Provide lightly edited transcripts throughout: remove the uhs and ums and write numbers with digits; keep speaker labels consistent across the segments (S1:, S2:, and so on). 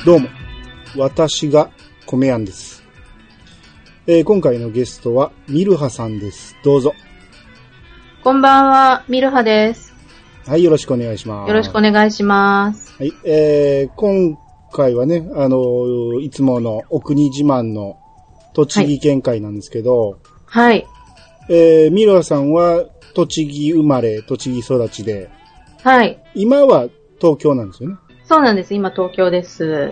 S1: どうも、私が米やんです。今回のゲストはミルハさんです。どうぞ。
S2: こんばんは、ミルハです。
S1: はい、よろしくお願いします。
S2: よろしくお願いします。
S1: はい、今回はね、いつものお国自慢の栃木県会なんですけど、
S2: はい。
S1: ミルハさんは栃木生まれ、栃木育ちで、
S2: はい。
S1: 今は東京なんですよね。
S2: そうなんです。今東京です。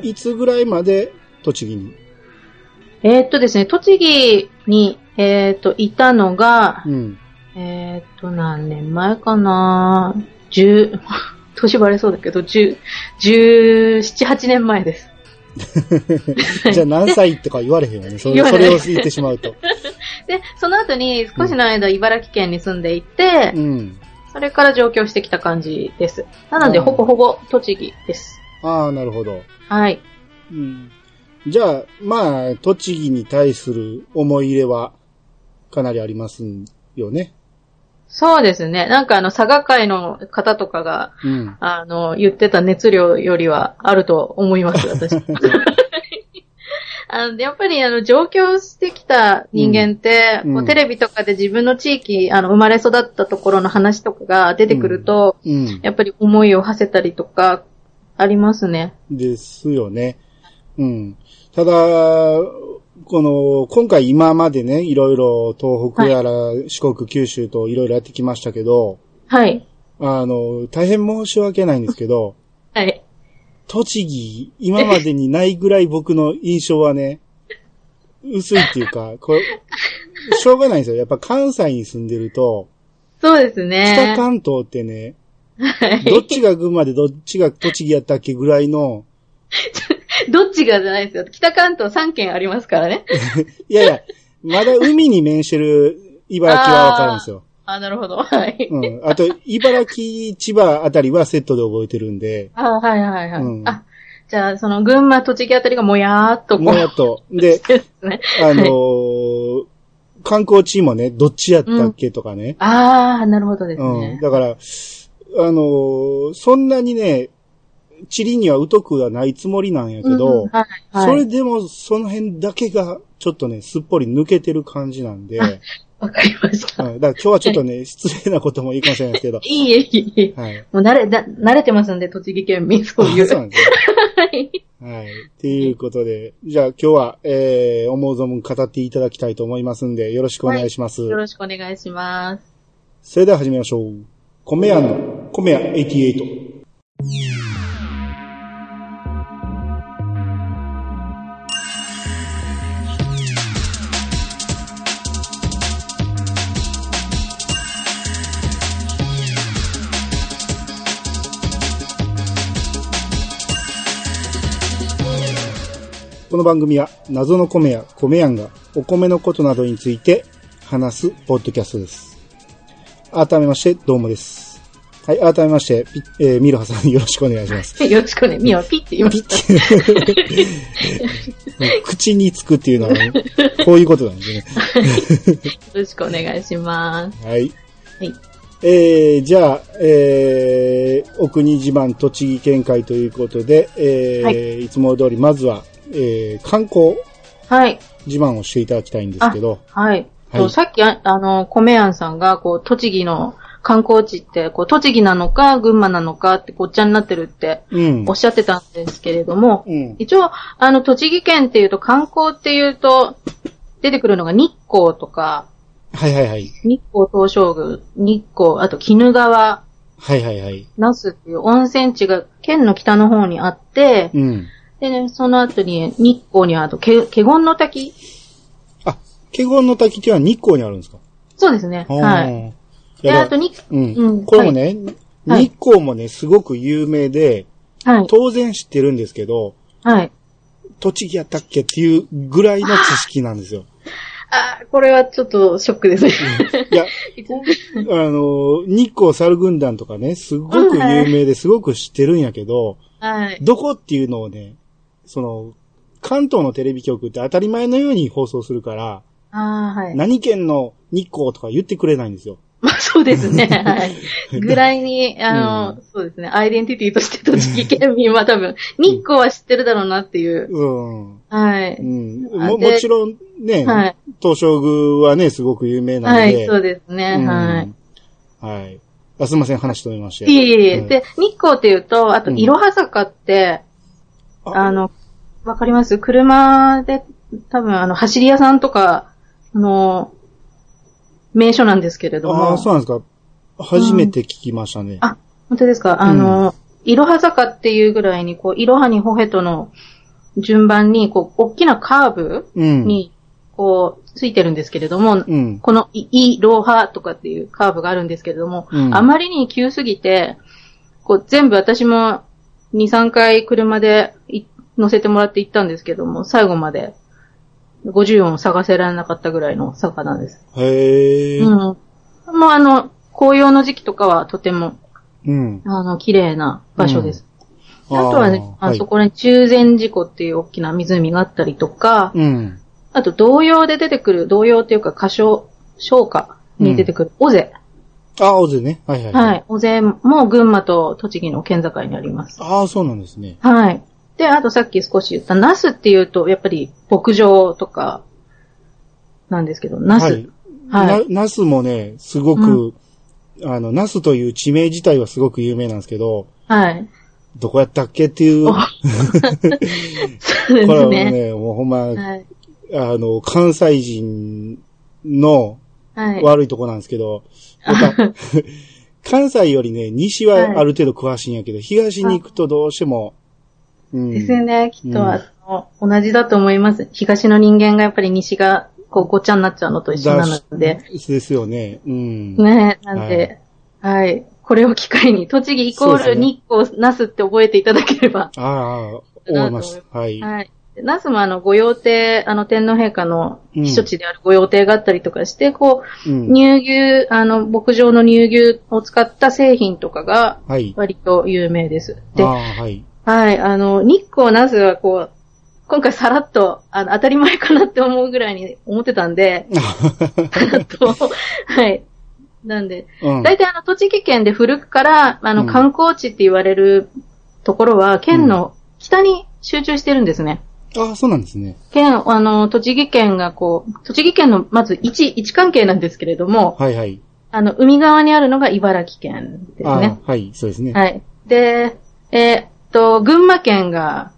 S1: いつぐらいまで栃木に？
S2: ですね、栃木に、いたのが、
S1: うん、
S2: 何年前かな年バレそうだけど、17、8年前です。
S1: じゃあ何歳とか言われへんよね。それを言ってしまうと。
S2: で、その後に少しの間、茨城県に住んでいて、
S1: うん、
S2: それから上京してきた感じです。なので、ほぼほぼ栃木です。
S1: ああ、なるほど。
S2: はい。
S1: うん、じゃあ、まあ、栃木に対する思い入れはかなりありますよね。
S2: そうですね。なんか佐賀会の方とかが、
S1: うん、
S2: 言ってた熱量よりはあると思います、私。やっぱり上京してきた人間って、こうテレビとかで自分の地域、生まれ育ったところの話とかが出てくると、やっぱり思いを馳せたりとか、ありますね。
S1: ですよね。うん。ただ、今回今までね、いろいろ東北やら四国、九州といろいろやってきましたけど、
S2: はい。
S1: 大変申し訳ないんですけど、
S2: はい。
S1: 栃木、今までにないぐらい僕の印象はね、薄いっていうか、しょうがないんですよ。やっぱ関西に住んでると、
S2: そうですね。
S1: 北関東ってね、どっちが群馬でどっちが栃木やったっけぐらいの、
S2: どっちがじゃないですよ。北関東3県ありますからね。
S1: いやいや、まだ海に面してる茨城はわかるんですよ。
S2: なるほど。はい。
S1: うん。あと、茨城、千葉あたりはセットで覚えてるんで。
S2: はいはいはい。
S1: うん、
S2: じゃあ、その群馬、栃木あたりがもやーっとこう。
S1: もやっと。で、
S2: ね、
S1: 観光地もね、どっちやったっけとかね。
S2: なるほどですね。
S1: うん。だから、そんなにね、地理には疎くはないつもりなんやけど、
S2: はいはい、
S1: それでもその辺だけがちょっとね、すっぽり抜けてる感じなんで。
S2: わかりました。
S1: だから今日はちょっとね、失礼なこともいいかもしれないですけど。
S2: いえ。はい。もう慣れてますんで、栃木県民、そういう。
S1: そうなんですね。はい。ということで、じゃあ今日は、思う存分語っていただきたいと思いますんで、よろしくお願いします。
S2: よろしくお願いします。
S1: それでは始めましょう。米屋の米屋88。この番組は謎の米や米やんがお米のことなどについて話すポッドキャストです。改めましてどうもです。はい、改めまして、ミルハさんよろしくお願いします。
S2: よろしくね。ミルハピって言いました。
S1: 口につくっていうのは、ね、こういうことなんですね。
S2: よろしくお願いします。
S1: はい。
S2: はい。
S1: じゃあ、お国自慢栃木県会ということで、はい、いつも通りまずは観光。
S2: はい。
S1: 自慢をしていただきたいんですけど。
S2: はい。はい、さっき、米庵さんが、栃木の観光地って、栃木なのか、群馬なのかって、ごっちゃになってるって、おっしゃってたんですけれども、一応、栃木県っていうと、観光っていうと、出てくるのが日光とか、
S1: はいはいはい。
S2: 日光東照宮、日光、あと鬼怒川、
S1: はいはいはい。
S2: 那須っていう温泉地が県の北の方にあって、でね、その後に日光にはあと華厳の滝。
S1: 華厳の滝っていうのは日光にあるんですか？
S2: そうですね。はい。で、あと
S1: これもね、はい、日光もね、すごく有名で、はい、当然知ってるんですけど、はい。栃木やったっけっていうぐらいの知識なんですよ。
S2: これはちょっとショックですね。
S1: いや、日光猿軍団とかね、すごく有名ですごく知ってるんやけど、はい。どこっていうのをね、関東のテレビ局って当たり前のように放送するから、はい。何県の日光とか言ってくれないんですよ。
S2: まあそうですね。はい。ぐらいに、そうですね。アイデンティティとして栃木県民は多分、日光は知ってるだろうなっていう。はい。
S1: もちろんね、はい、東照宮はね、すごく有名なので。
S2: はい、そうですね。はい。
S1: はい。すみません、話止めました。
S2: いえ。で、日光っていうと、あと、いろは坂って、わかります？車で、多分、走り屋さんとか、名所なんですけれども。
S1: そうなんですか。初めて聞きましたね。
S2: 本当ですか。いろは坂っていうぐらいに、こう、いろはにほへとの順番に、こう、大きなカーブに、こう、ついてるんですけれども、このいろはとかっていうカーブがあるんですけれども、あまりに急すぎて、こう、全部私も2、3回車で乗せてもらって行ったんですけども、最後まで50音探せられなかったぐらいの坂なんです。
S1: へー。
S2: もう紅葉の時期とかはとても、綺麗な場所です。あとはね、そこに中禅寺湖っていう大きな湖があったりとか、あと童謡で出てくる、童謡っていうか歌唱、唱歌に出てくる尾瀬。
S1: 尾瀬ね。はいはい。
S2: はい。尾瀬も群馬と栃木の県境にあります。
S1: そうなんですね。
S2: はい。で、あとさっき少し言ったナスっていうと、やっぱり牧場とか、なんですけど、ナス。
S1: はい。ナスもね、すごく、ナスという地名自体はすごく有名なんですけど、
S2: はい。
S1: どこやったっけっていう。
S2: そうですね。
S1: これはね、もうほんま、はい、関西人の悪いとこなんですけど、はい、関西よりね、西はある程度詳しいんやけど、東に行くとどうしても、
S2: ですよね、きっと、同じだと思います。東の人間がやっぱり西が、こう、ごっちゃになっちゃうのと一緒なので。
S1: ですよね。
S2: ね、なんで、はい。これを機会に、栃木イコール日光、ナスって覚えていただければ。
S1: 思います。はい。
S2: はい。ナスも御用邸、天皇陛下の避暑地である御用邸があったりとかして、こう、乳牛、牧場の乳牛を使った製品とかが、割と有名です。で、はい。日光ナスはこう、今回さらっと、当たり前かなって思うぐらいに思ってたんで、はい。なんで、大体栃木県で古くから、観光地って言われるところは、県の北に集中してるんですね。
S1: そうなんですね。
S2: 栃木県がこう、栃木県のまず位置関係なんですけれども、
S1: はいはい。
S2: 海側にあるのが茨城県ですね。
S1: はい、そうですね。
S2: はい。で、群馬県が、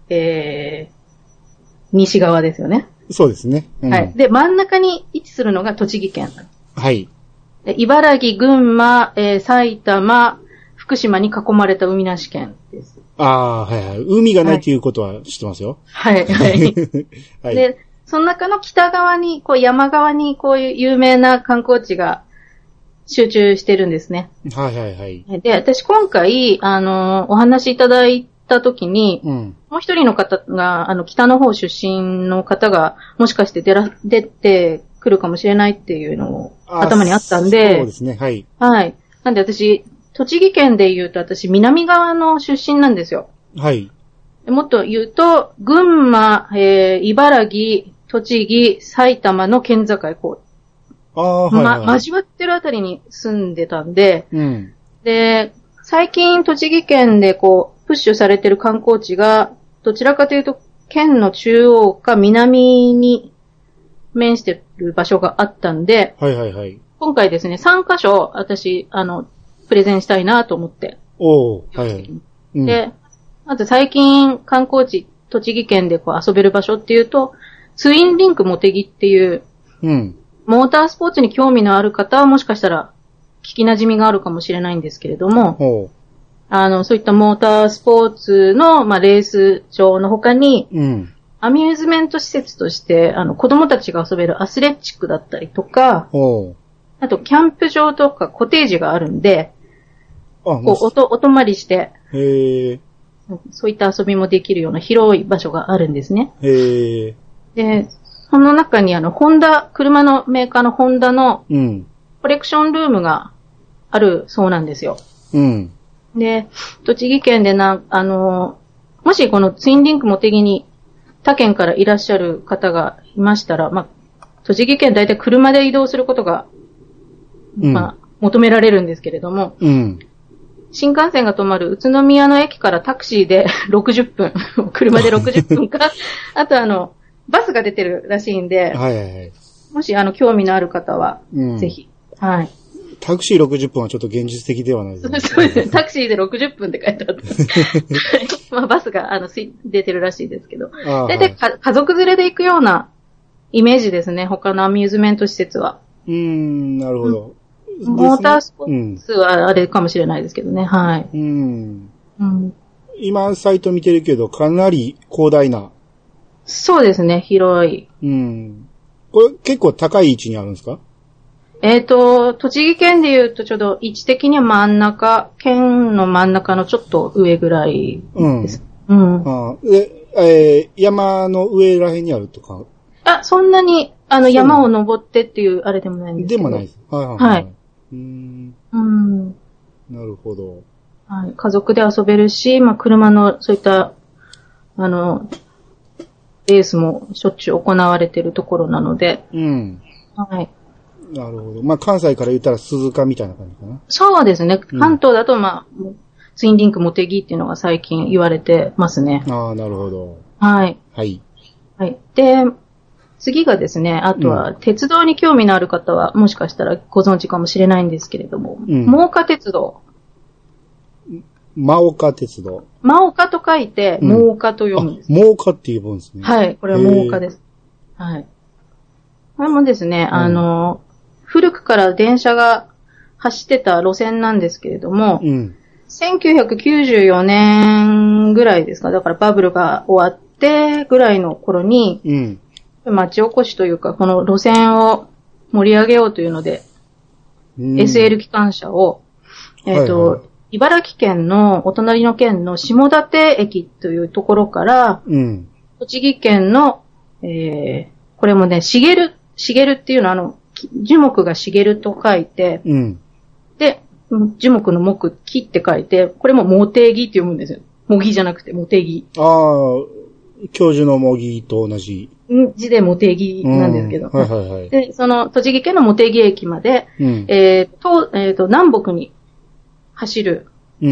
S2: 西側ですよね。
S1: そうですね。
S2: はい。で、真ん中に位置するのが栃木県。
S1: はい。
S2: で茨城、群馬、埼玉、福島に囲まれた海なし県です。
S1: はいはい。海がないということは知ってますよ。
S2: はい、はい。はい、で、その中の北側に、こう山側にこういう有名な観光地が集中してるんですね。
S1: はいはいはい。で、
S2: 私今回、お話いただいたときに、もう一人の方が、北の方出身の方が、もしかして出てくるかもしれないっていうのを頭にあったんで、
S1: そうですね、はい。
S2: はい。なんで私、栃木県で言うと私、南側の出身なんですよ。
S1: はい。
S2: もっと言うと、群馬、茨城、栃木、埼玉の県境、こう、はいはい、交わってるあたりに住んでたんで、で、最近栃木県でこう、プッシュされてる観光地が、どちらかというと、県の中央か南に面してる場所があったんで、
S1: はいはいはい。
S2: 今回ですね、3カ所、私、プレゼンしたいなと思って。
S1: はいはい。
S2: で、まず最近観光地、栃木県でこう遊べる場所っていうと、ツインリンクモテギっていう、モータースポーツに興味のある方はもしかしたら聞き馴染みがあるかもしれないんですけれども、そういったモータースポーツの、レース場の他に、アミューズメント施設として、子供たちが遊べるアスレッチックだったりとか、あと、キャンプ場とかコテージがあるんで、こうお泊まりして、そういった遊びもできるような広い場所があるんですね。で、その中に車のメーカーのホンダの、コレクションルームがあるそうなんですよ。で、栃木県でもしこのツインリンクモテギに他県からいらっしゃる方がいましたら、栃木県だいたい車で移動することが、 求められるんですけれども、
S1: うん。
S2: 新幹線が止まる宇都宮の駅からタクシーで60分、車で60分か、あとバスが出てるらしいんで、
S1: はいはいはい。
S2: もし興味のある方は、ぜひ、はい。
S1: タクシー60分はちょっと現実的ではないですね。
S2: そうですね。タクシーで60分って書いてあった。まあバスが出てるらしいですけど。大体家族連れで行くようなイメージですね。他のアミューズメント施設は。
S1: なるほど。
S2: モータースポーツはあれかもしれないですけどね。はい。
S1: 今サイト見てるけど、かなり広大な。
S2: そうですね。広い。
S1: これ結構高い位置にあるんですか？
S2: 栃木県で言うとちょうど位置的には真ん中、県の真ん中のちょっと上ぐらいです。
S1: で、山の上らへんにあるとか？
S2: そんなに、山を登ってっていうあれでもないんですけど。
S1: でもないです。
S2: はい。
S1: なるほど。
S2: はい。家族で遊べるし、まあ、車の、そういった、レースもしょっちゅう行われているところなので。はい。
S1: なるほど。まあ、関西から言ったら鈴鹿みたいな感じかな。
S2: そうですね。関東だと、まあ、ツインリンクモテギっていうのが最近言われてますね。
S1: ああ、なるほど。
S2: はい。
S1: はい。
S2: はい。で、次がですね、あとは、鉄道に興味のある方は、もしかしたらご存知かもしれないんですけれども、真岡鉄道。
S1: 真岡鉄道。
S2: 真岡と書いて、真岡と読むんです。
S1: 真岡っていうもんですね。
S2: はい、これは真岡です。はい。これもですね、古くから電車が走ってた路線なんですけれども、1994年ぐらいですか、だからバブルが終わってぐらいの頃に、町おこしというか、この路線を盛り上げようというので、SL 機関車を、茨城県のお隣の県の下館駅というところから、栃木県の、これもね、茂っていうのは樹木が茂と書いて、で、樹木の木、木って書いて、これも茂木って読むんですよ。茂木じゃなくて茂木。
S1: ああ、教授の茂木と同じ。
S2: 字で茂木なんですけど。
S1: はいはいはい。
S2: で、その栃木県の茂木駅まで、南北に走る、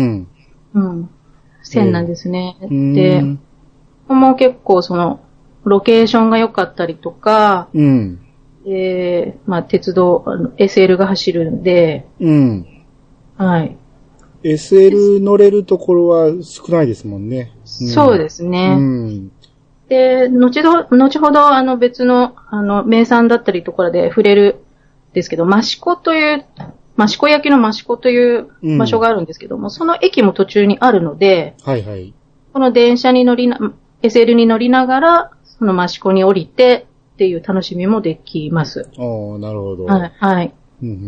S2: 線なんですね。で、ここも結構ロケーションが良かったりとか、まあ、鉄道、SL が走るんで、はい。
S1: SL 乗れるところは少ないですもんね。
S2: そうですね。で、後ほど、別の、名産だったりところで触れるんですけど、益子焼きの益子という場所があるんですけども、その駅も途中にあるので、この電車にSL に乗りながら、その益子に降りてっていう楽しみもできます。
S1: なるほど。
S2: はい。はい。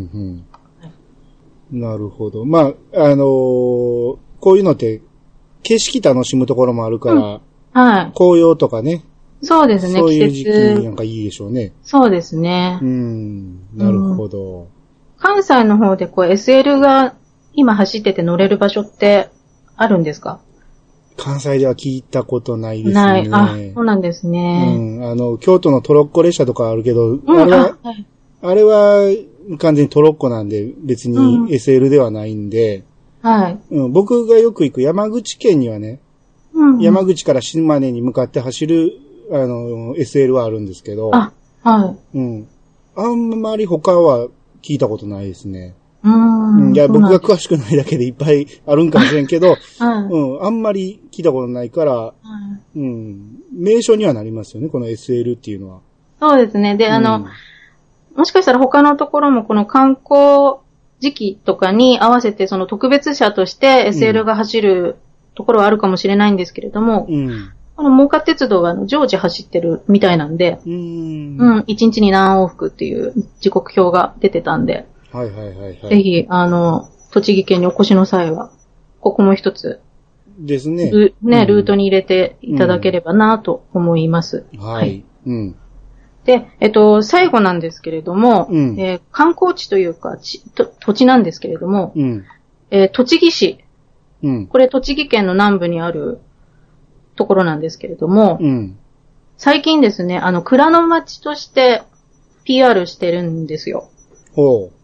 S1: なるほど。まあ、こういうのって、景色楽しむところもあるから、紅葉とかね。
S2: そうですね、
S1: そういう時期なんかいいでしょうね。
S2: そうですね。
S1: なるほど。
S2: 関西の方でSL が今走ってて乗れる場所ってあるんですか？
S1: 関西では聞いたことないですね。
S2: ない。あ、そうなんですね。
S1: 京都のトロッコ列車とかあるけど、あれは完全にトロッコなんで別に SL ではないんで、僕がよく行く山口県にはね、山口から島根に向かって走る、SL はあるんですけど、あんまり他は聞いたことないですね。いや、僕が詳しくないだけでいっぱいあるんかもしれんけど、あんまり聞いたことないから、名所にはなりますよね、この SL っていうのは。
S2: そうですね。で、もしかしたら他のところもこの観光時期とかに合わせてその特別車として SL が走るところはあるかもしれないんですけれども、この真岡鉄道は常時走ってるみたいなんで、1日に何往復っていう時刻表が出てたんで、ぜひ、栃木県にお越しの際は、ここも一つ、
S1: ですね。
S2: ルートに入れていただければなと思います。
S1: はい。
S2: で、最後なんですけれども、観光地というか、土地なんですけれども、栃木市、これ栃木県の南部にあるところなんですけれども、最近ですね、蔵の町として PR してるんですよ。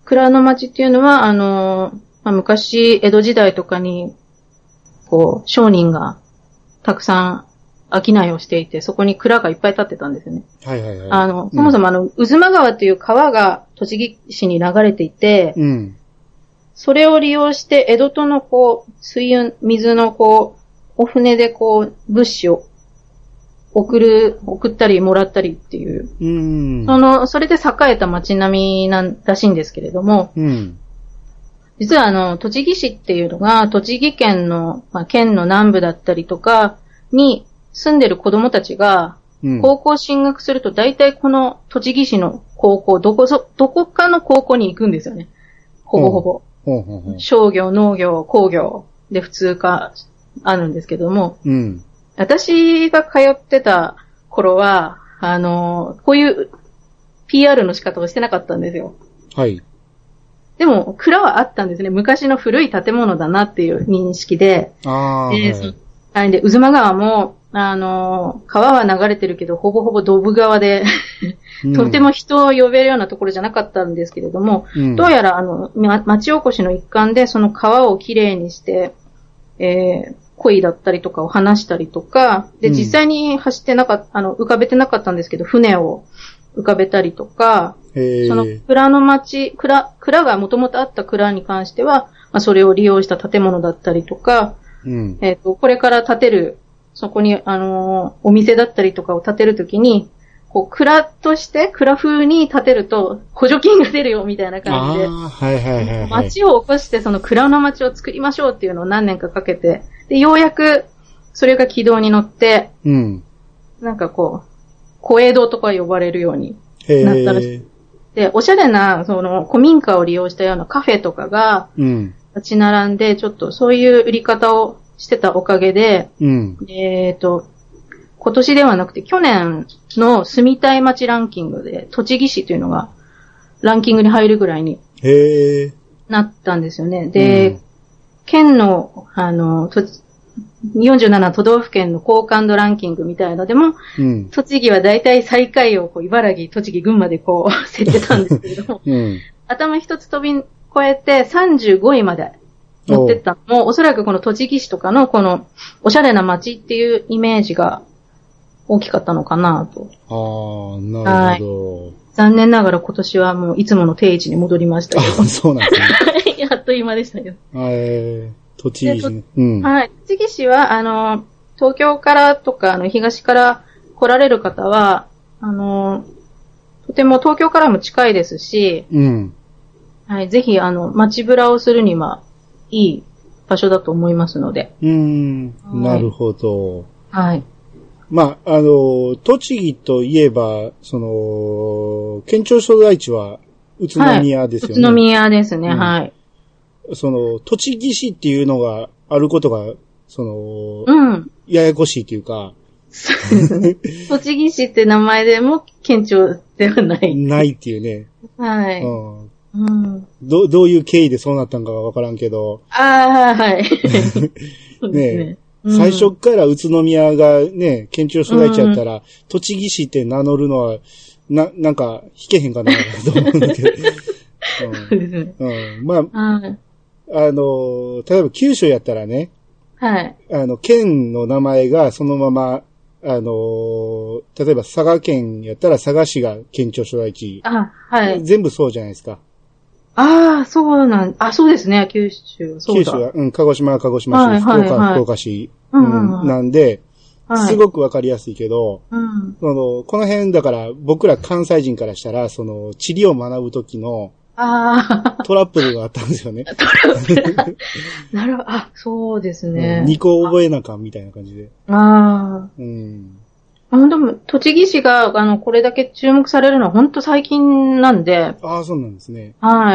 S2: 蔵の町っていうのは、昔、江戸時代とかに、こう、商人がたくさん商いをしていて、そこに蔵がいっぱい建ってたんですよね。
S1: はいはいはい。
S2: そもそも渦間川という川が栃木市に流れていて、
S1: うん。
S2: それを利用して、江戸とのこう、水のこう、お船でこう、物資を送ったりもらったりっていう。それで栄えた町並みらしいんですけれども、
S1: うん。
S2: 実は栃木市っていうのが、栃木県の、県の南部だったりとかに住んでる子供たちが、高校進学すると大体この栃木市の高校、どこかの高校に行くんですよね。ほぼほぼ。商業、農業、工業で普通科あるんですけども、
S1: うん、
S2: 私が通ってた頃は、こういう PR の仕方をしてなかったんですよ。
S1: はい。
S2: でも、蔵はあったんですね。昔の古い建物だなっていう認識で。
S1: はい。
S2: で、渦間川も、川は流れてるけど、ほぼほぼドブ川で、とても人を呼べるようなところじゃなかったんですけれども、どうやら町おこしの一環でその川をきれいにして、鯉だったりとかを放したりとか、で、実際に浮かべてなかったんですけど、船を浮かべたりとか、その蔵の町、蔵がもともとあった蔵に関しては、それを利用した建物だったりとか、これから建てる、そこに、お店だったりとかを建てるときに、こう、蔵として、蔵風に建てると、補助金が出るよ、みたいな感じで。町を起こして、その蔵の町を作りましょうっていうのを何年かかけて、で、ようやく、それが軌道に乗って、なんかこう、小江戸とか呼ばれるようになったらしい。で、おしゃれな、古民家を利用したようなカフェとかが、立ち並んで、ちょっとそういう売り方をしてたおかげで、今年ではなくて去年の住みたい街ランキングで栃木市というのがランキングに入るぐらいになったんですよね。で、県の47都道府県の好感度ランキングみたいなのでも、栃木はだいたい最下位を茨城、栃木、群馬でこう設ってたんですけれども、頭一つ飛び越えて35位まで持ってったのも、おそらくこの栃木市とかのこのおしゃれな街っていうイメージが大きかったのかなと。
S1: なるほど。
S2: 残念ながら今年はもういつもの定位置に戻りましたけど。
S1: そうなんですね。
S2: あっという間でしたけど。
S1: 栃木市ね。
S2: はい。栃木市は、東京からとか、東から来られる方は、とても東京からも近いですし、はい。ぜひ、街ぶらをするには、いい場所だと思いますので。
S1: なるほど。
S2: はい。
S1: 栃木といえば、県庁所在地は宇都宮ですよね。
S2: 宇都宮ですね、はい。
S1: 栃木市っていうのがあることが、ややこしいというか。
S2: 栃木市って名前でも県庁ではない。
S1: ないっていうね。
S2: はい。
S1: どういう経緯でそうなったんかはわからんけど。
S2: はい。
S1: ね最初から宇都宮がね、県庁所在地やったら、栃木市って名乗るのは、なんか、引けへんかなと思うんだけど。例えば九州やったらね、
S2: はい。
S1: 県の名前がそのまま、例えば佐賀県やったら佐賀市が県庁所在地。
S2: はい。
S1: 全部そうじゃないですか。
S2: そうですね、九州。
S1: 九州は、鹿児島は鹿児島市、福岡市、なんで、すごくわかりやすいけど、この辺だから僕ら関西人からしたら、地理を学ぶときの、トラップルがあったんですよね。
S2: トラップル。なるほど。そうですね。
S1: 2個覚えなかんみたいな感じで。
S2: でも、栃木市が、これだけ注目されるのは本当最近なんで。
S1: そうなんですね。
S2: はい。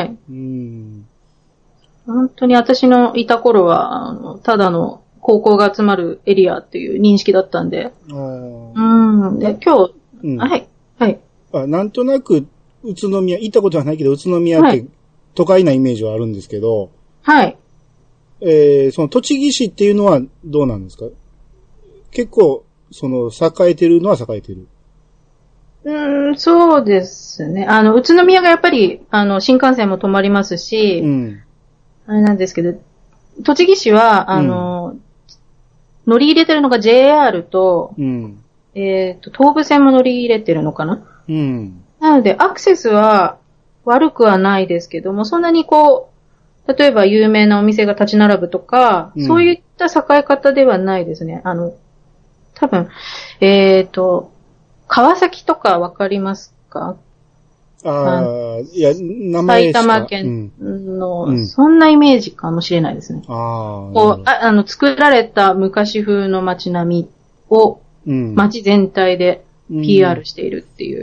S2: 本当に私のいた頃は、ただの高校が集まるエリアっていう認識だったんで。で、今日、はい。はい。
S1: なんとなく、宇都宮、行ったことはないけど、宇都宮って都会なイメージはあるんですけど。
S2: はい。
S1: その栃木市っていうのはどうなんですか？結構、栄えてるのは栄えてる。
S2: そうですね。宇都宮がやっぱり、新幹線も止まりますし、あれなんですけど、栃木市は、乗り入れてるのが JR と、東武線も乗り入れてるのかな。なので、アクセスは悪くはないですけども、そんなに例えば有名なお店が立ち並ぶとか、そういった栄え方ではないですね。多分、川崎とかわかりますか？
S1: いや、名前
S2: 埼玉県の、そんなイメージかもしれないですね。作られた昔風の街並みを、街全体で PR しているっていう。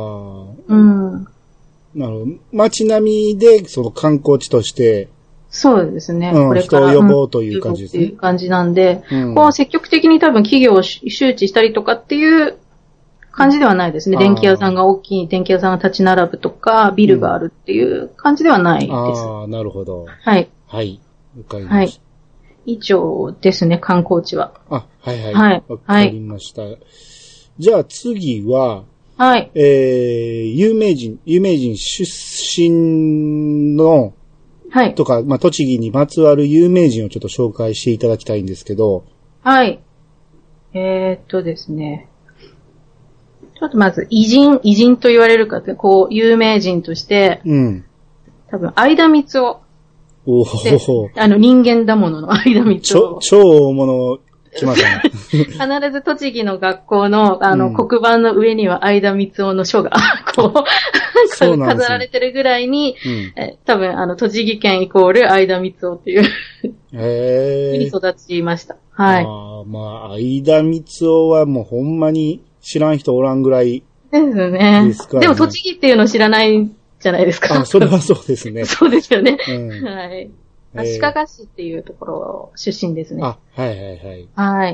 S1: なるほど。街並みで、その観光地として、
S2: そうですね。これから
S1: 人を呼ぼうという感じですね。
S2: っていう感じなんで、積極的に多分企業を周知したりとかっていう感じではないですね。電気屋さんが大きい電気屋さんが立ち並ぶとか、ビルがあるっていう感じではないです。
S1: なるほど。
S2: はい。
S1: はい。わかりました。
S2: 以上ですね、観光地は。
S1: はい。わかりました。じゃあ次は、有名人出身の、とか、栃木にまつわる有名人をちょっと紹介していただきたいんですけど。
S2: はい。ですね。ちょっとまず、偉人と言われるかって、有名人として、多分、相田光夫。人間だものの相田光夫。
S1: 超大物来ましたね。
S2: 必ず栃木の学校の、黒板の上には相田光夫の書が、飾られてるぐらいに、多分、栃木県イコール相田光夫っていうに育ちました。はい。
S1: 相田光夫はもうほんまに知らん人おらんぐらい
S2: ですね。でも栃木っていうの知らないじゃないですか。
S1: それはそうですね。
S2: そうですよね。はい。足利市っていうところ出身ですね。
S1: はい。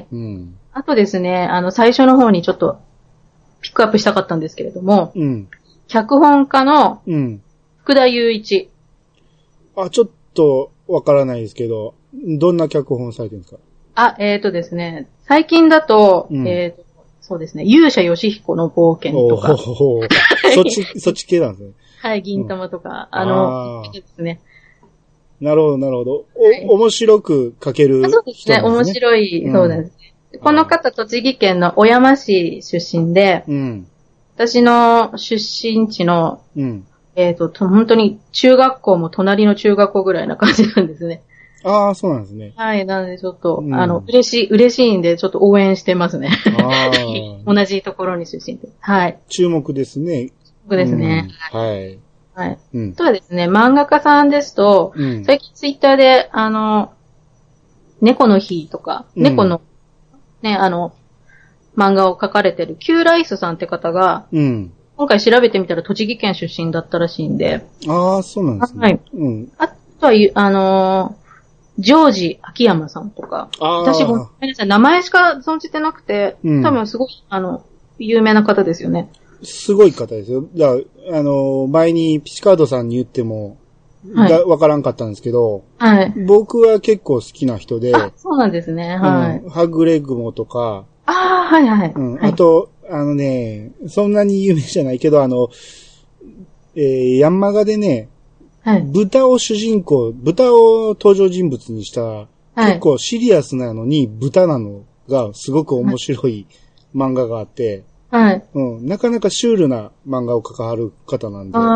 S2: あとですね、最初の方にちょっとピックアップしたかったんですけれども、脚本家の福田雄一。
S1: ちょっとわからないですけど、どんな脚本されてるんですか？
S2: ですね、最近だと、そうですね、勇者ヨシヒコの冒険とか。
S1: そっち系なんですね。
S2: はい、銀玉とか、ですね。
S1: なるほど。面白く書ける人なんですね。
S2: そうですね、面白い、そうです。この方、栃木県の小山市出身で、私の出身地の、本当に中学校も隣の中学校ぐらいな感じなんですね。
S1: そうなんですね。
S2: はい、なのでちょっと、嬉しいんで、ちょっと応援してますね。同じところに出身で。はい。
S1: 注目ですね。
S2: 注目ですね。
S1: はい。
S2: はい。あとはですね、漫画家さんですと、最近ツイッターで、猫の日とか、猫の、ね、漫画を描かれてる、キューライスさんって方が、今回調べてみたら栃木県出身だったらしいんで。
S1: そうなんですね。
S2: はい。あとは、ジョージ秋山さんとか、私ごめんなさい、名前しか存じてなくて、多分すごい、有名な方ですよね。
S1: すごい方ですよ。前にピチカードさんに言っても、わからんかったんですけど、僕は結構好きな人で、
S2: そうなんですね。はい。
S1: ハグレグモとか、
S2: あ
S1: と、そんなに有名じゃないけど、ヤンマガでね、豚を登場人物にした、結構シリアスなのに豚なのがすごく面白い漫画があって、なかなかシュールな漫画を描かはる方なんで、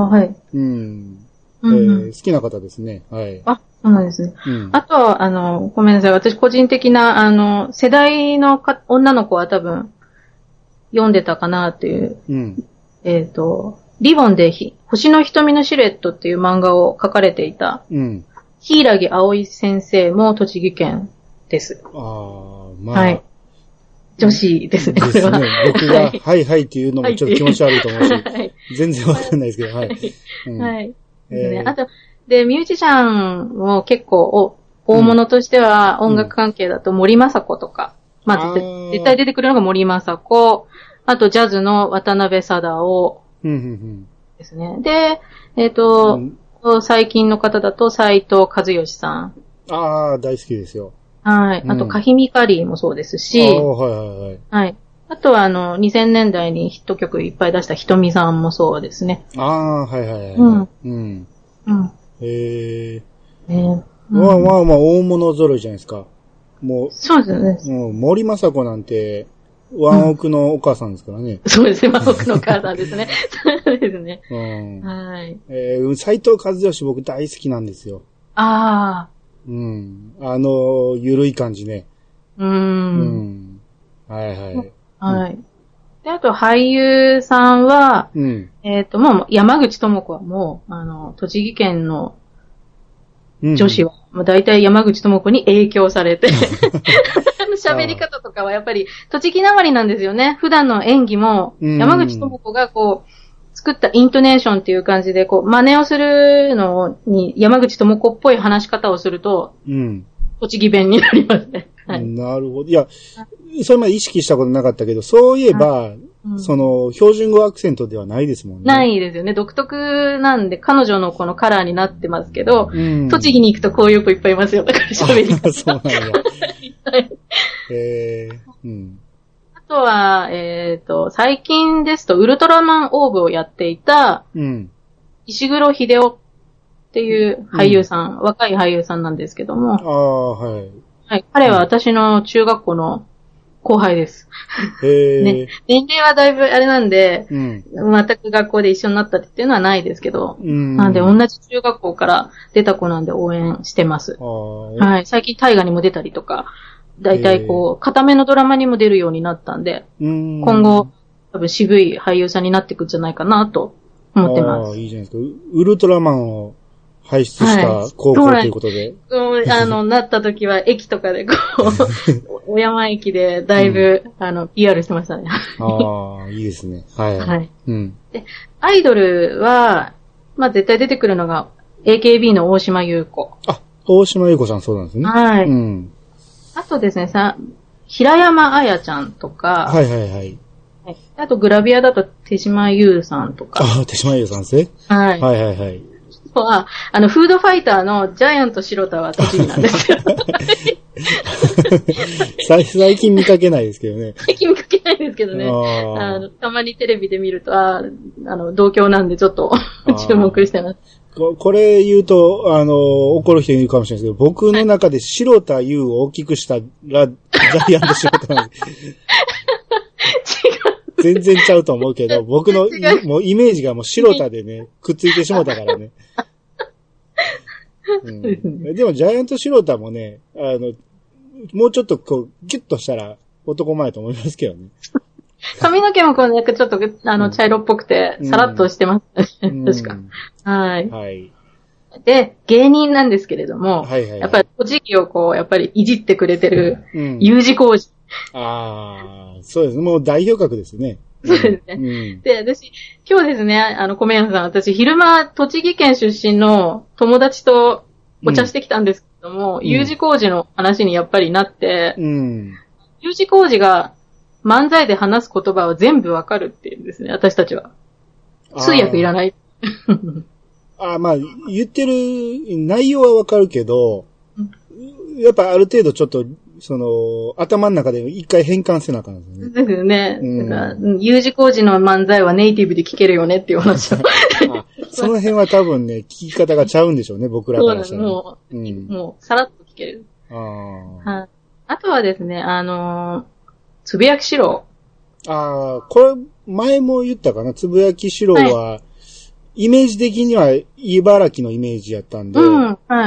S1: 好きな方ですね。はい。
S2: そうなんですね。あとは、ごめんなさい。私個人的な、世代の女の子は多分、読んでたかなっていう。リボンで星の瞳のシルエットっていう漫画を描かれていた、柊葵先生も栃木県です。はい。女子ですね、これは。
S1: 僕が、はいっていうのもちょっと気持ち悪いと思うし、全然わかんないですけど、はい。
S2: はい。あと、で、ミュージシャンも結構、大物としては音楽関係だと森昌子とか、絶対出てくるのが森昌子、あとジャズの渡辺貞夫ですね。で、最近の方だと斉藤和義さん。
S1: 大好きですよ。
S2: はい。あと、カヒミカリーもそうですし、
S1: はい。
S2: あとは2000年代にヒット曲いっぱい出したひとみさんもそうですね。
S1: ああ、はいはいはい。うん。うん。うん。まあまあまあ、大物揃いじゃないですか。もう。
S2: そうですね。
S1: 森昌子なんて、ワンオクのお母さんですからね。
S2: そうですね、ワンオクのお母さんですね。そうですね。
S1: はい。斉藤和義僕大好きなんですよ。
S2: ああ。
S1: うん。ゆるい感じね。うん。はいはい。
S2: はい。で、あと俳優さんは、もう山口智子はもう、栃木県の女子は、もう大体山口智子に影響されて、喋り方とかはやっぱり栃木なまりなんですよね。普段の演技も、山口智子がこう、作ったイントネーションっていう感じで、こう、真似をするのに、山口智子っぽい話し方をすると、栃木弁になりますね。
S1: はい、なるほど。いや、それまで意識したことなかったけど、そういえば、標準語アクセントではないですもんね。
S2: ないですよね。独特なんで、彼女のこのカラーになってますけど、栃木に行くとこういう子いっぱいいますよ。だから喋り方。
S1: そうなんだ。
S2: あとは、最近ですと、ウルトラマンオーブをやっていた、石黒秀夫っていう俳優さん、若い俳優さんなんですけども、
S1: はい。
S2: はい。彼は私の中学校の後輩です。ね。年齢はだいぶあれなんで、全く学校で一緒になったっていうのはないですけど、なんで同じ中学校から出た子なんで応援してます。はい。最近大河にも出たりとか、だいたいこう、固めのドラマにも出るようになったんで、今後、多分渋い俳優さんになっていくんじゃないかなと思ってます。
S1: いいじゃないですか。ウルトラマンを輩出した高校ということで。
S2: なった時は駅とかでこう、小山駅でだいぶ、PR してましたね。
S1: いいですね。はい。はい。
S2: で、アイドルは、まあ、絶対出てくるのが、AKB の大島優子。
S1: 大島優子さんそうなんですね。
S2: はい。あとですね、平山綾ちゃんとか。
S1: はいはいはい。
S2: あとグラビアだと手島優さんとか。
S1: 手島優さんですね。
S2: はい。
S1: はいはいはい。
S2: フードファイターのジャイアント白田は栃木なんですよ。
S1: 最近見かけないですけどね。
S2: 最近見かけないですけどね。たまにテレビで見ると、同郷なんでちょっと注目してます。
S1: これ言うと、怒る人いるかもしれないですけど、僕の中で白田優を大きくしたジャイアント白田なんで。全然ちゃうと思うけど、僕のもうイメージがもう白田でね、くっついてしもたからね。でもジャイアント白田もね、もうちょっとこう、ギュッとしたら男前と思いますけどね。
S2: 髪の毛もこうね、ちょっと茶色っぽくて、さらっとしてます。確か。はい。はい。で、芸人なんですけれども、やっぱり栃木をこう、やっぱりいじってくれてる、U字工事。
S1: そうですね。もう代表格ですね。
S2: そうですね。で、私、今日ですね、米山さん、私、昼間、栃木県出身の友達とお茶してきたんですけども、U字工事の話にやっぱりなって、U字工事が漫才で話す言葉を全部わかるっていうんですね、私たちは。通訳いらない。
S1: まあ、言ってる内容はわかるけど、やっぱある程度ちょっと、頭の中で一回変換せなあかんですね。ですよね。U字工事の漫才はネイティブで聞けるよねっていう話を。 その辺は多分ね、聞き方がちゃうんでしょうね、僕らからしたら。
S2: もう、さらっと聞ける。あとはですね、つぶやきしろ。
S1: これ、前も言ったかな、つぶやきしろは、イメージ的には茨城のイメージやったんで。
S2: はい。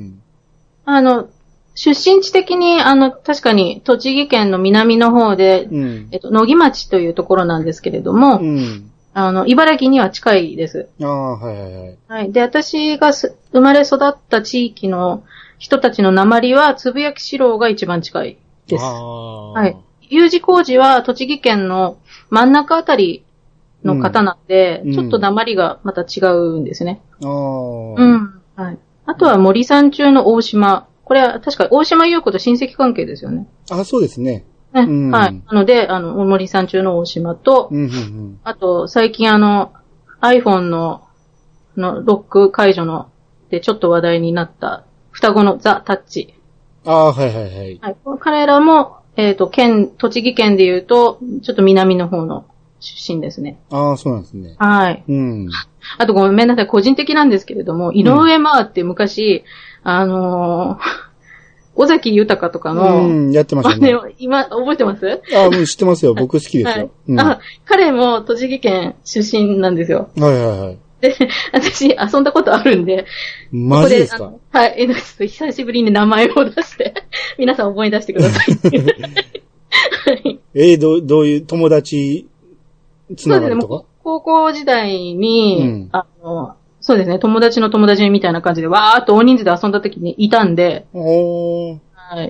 S2: 出身地的に、確かに、栃木県の南の方で、野木町というところなんですけれども、茨城には近いです。
S1: はいはいはい。
S2: はい。で、私が生まれ育った地域の人たちの訛りは、つぶやきしろうが一番近いです。はい。U字工事は栃木県の真ん中あたりの方なんで、ちょっと訛りがまた違うんですね。はい。あとは森山中の大島。これは確か大島優子と親戚関係ですよね。
S1: そうですね。
S2: はい。なので、森山中の大島と、あと、最近iPhone のロック解除の、でちょっと話題になった、双子のザ・タッチ。
S1: はいはいはい。
S2: はい。彼らも、 栃木県で言うと、ちょっと南の方の出身ですね。
S1: ああ、そうなんですね。
S2: はい。うん。あとごめんなさい、個人的なんですけれども、井上真央って昔、尾崎豊とかの、
S1: やってましたね。
S2: 今、覚えてます？
S1: ああ、もう知ってますよ。僕好きですよ。
S2: 彼も栃木県出身なんですよ。
S1: はいはいはい。
S2: で、私、遊んだことあるんで。
S1: マジですか？
S2: はい。久しぶりに名前を出して、皆さん思い出してください。
S1: どういう友達つながりとか？そうですね。
S2: 高校時代に、そうですね。友達の友達みたいな感じで、わーっと大人数で遊んだ時にいたんで。はい。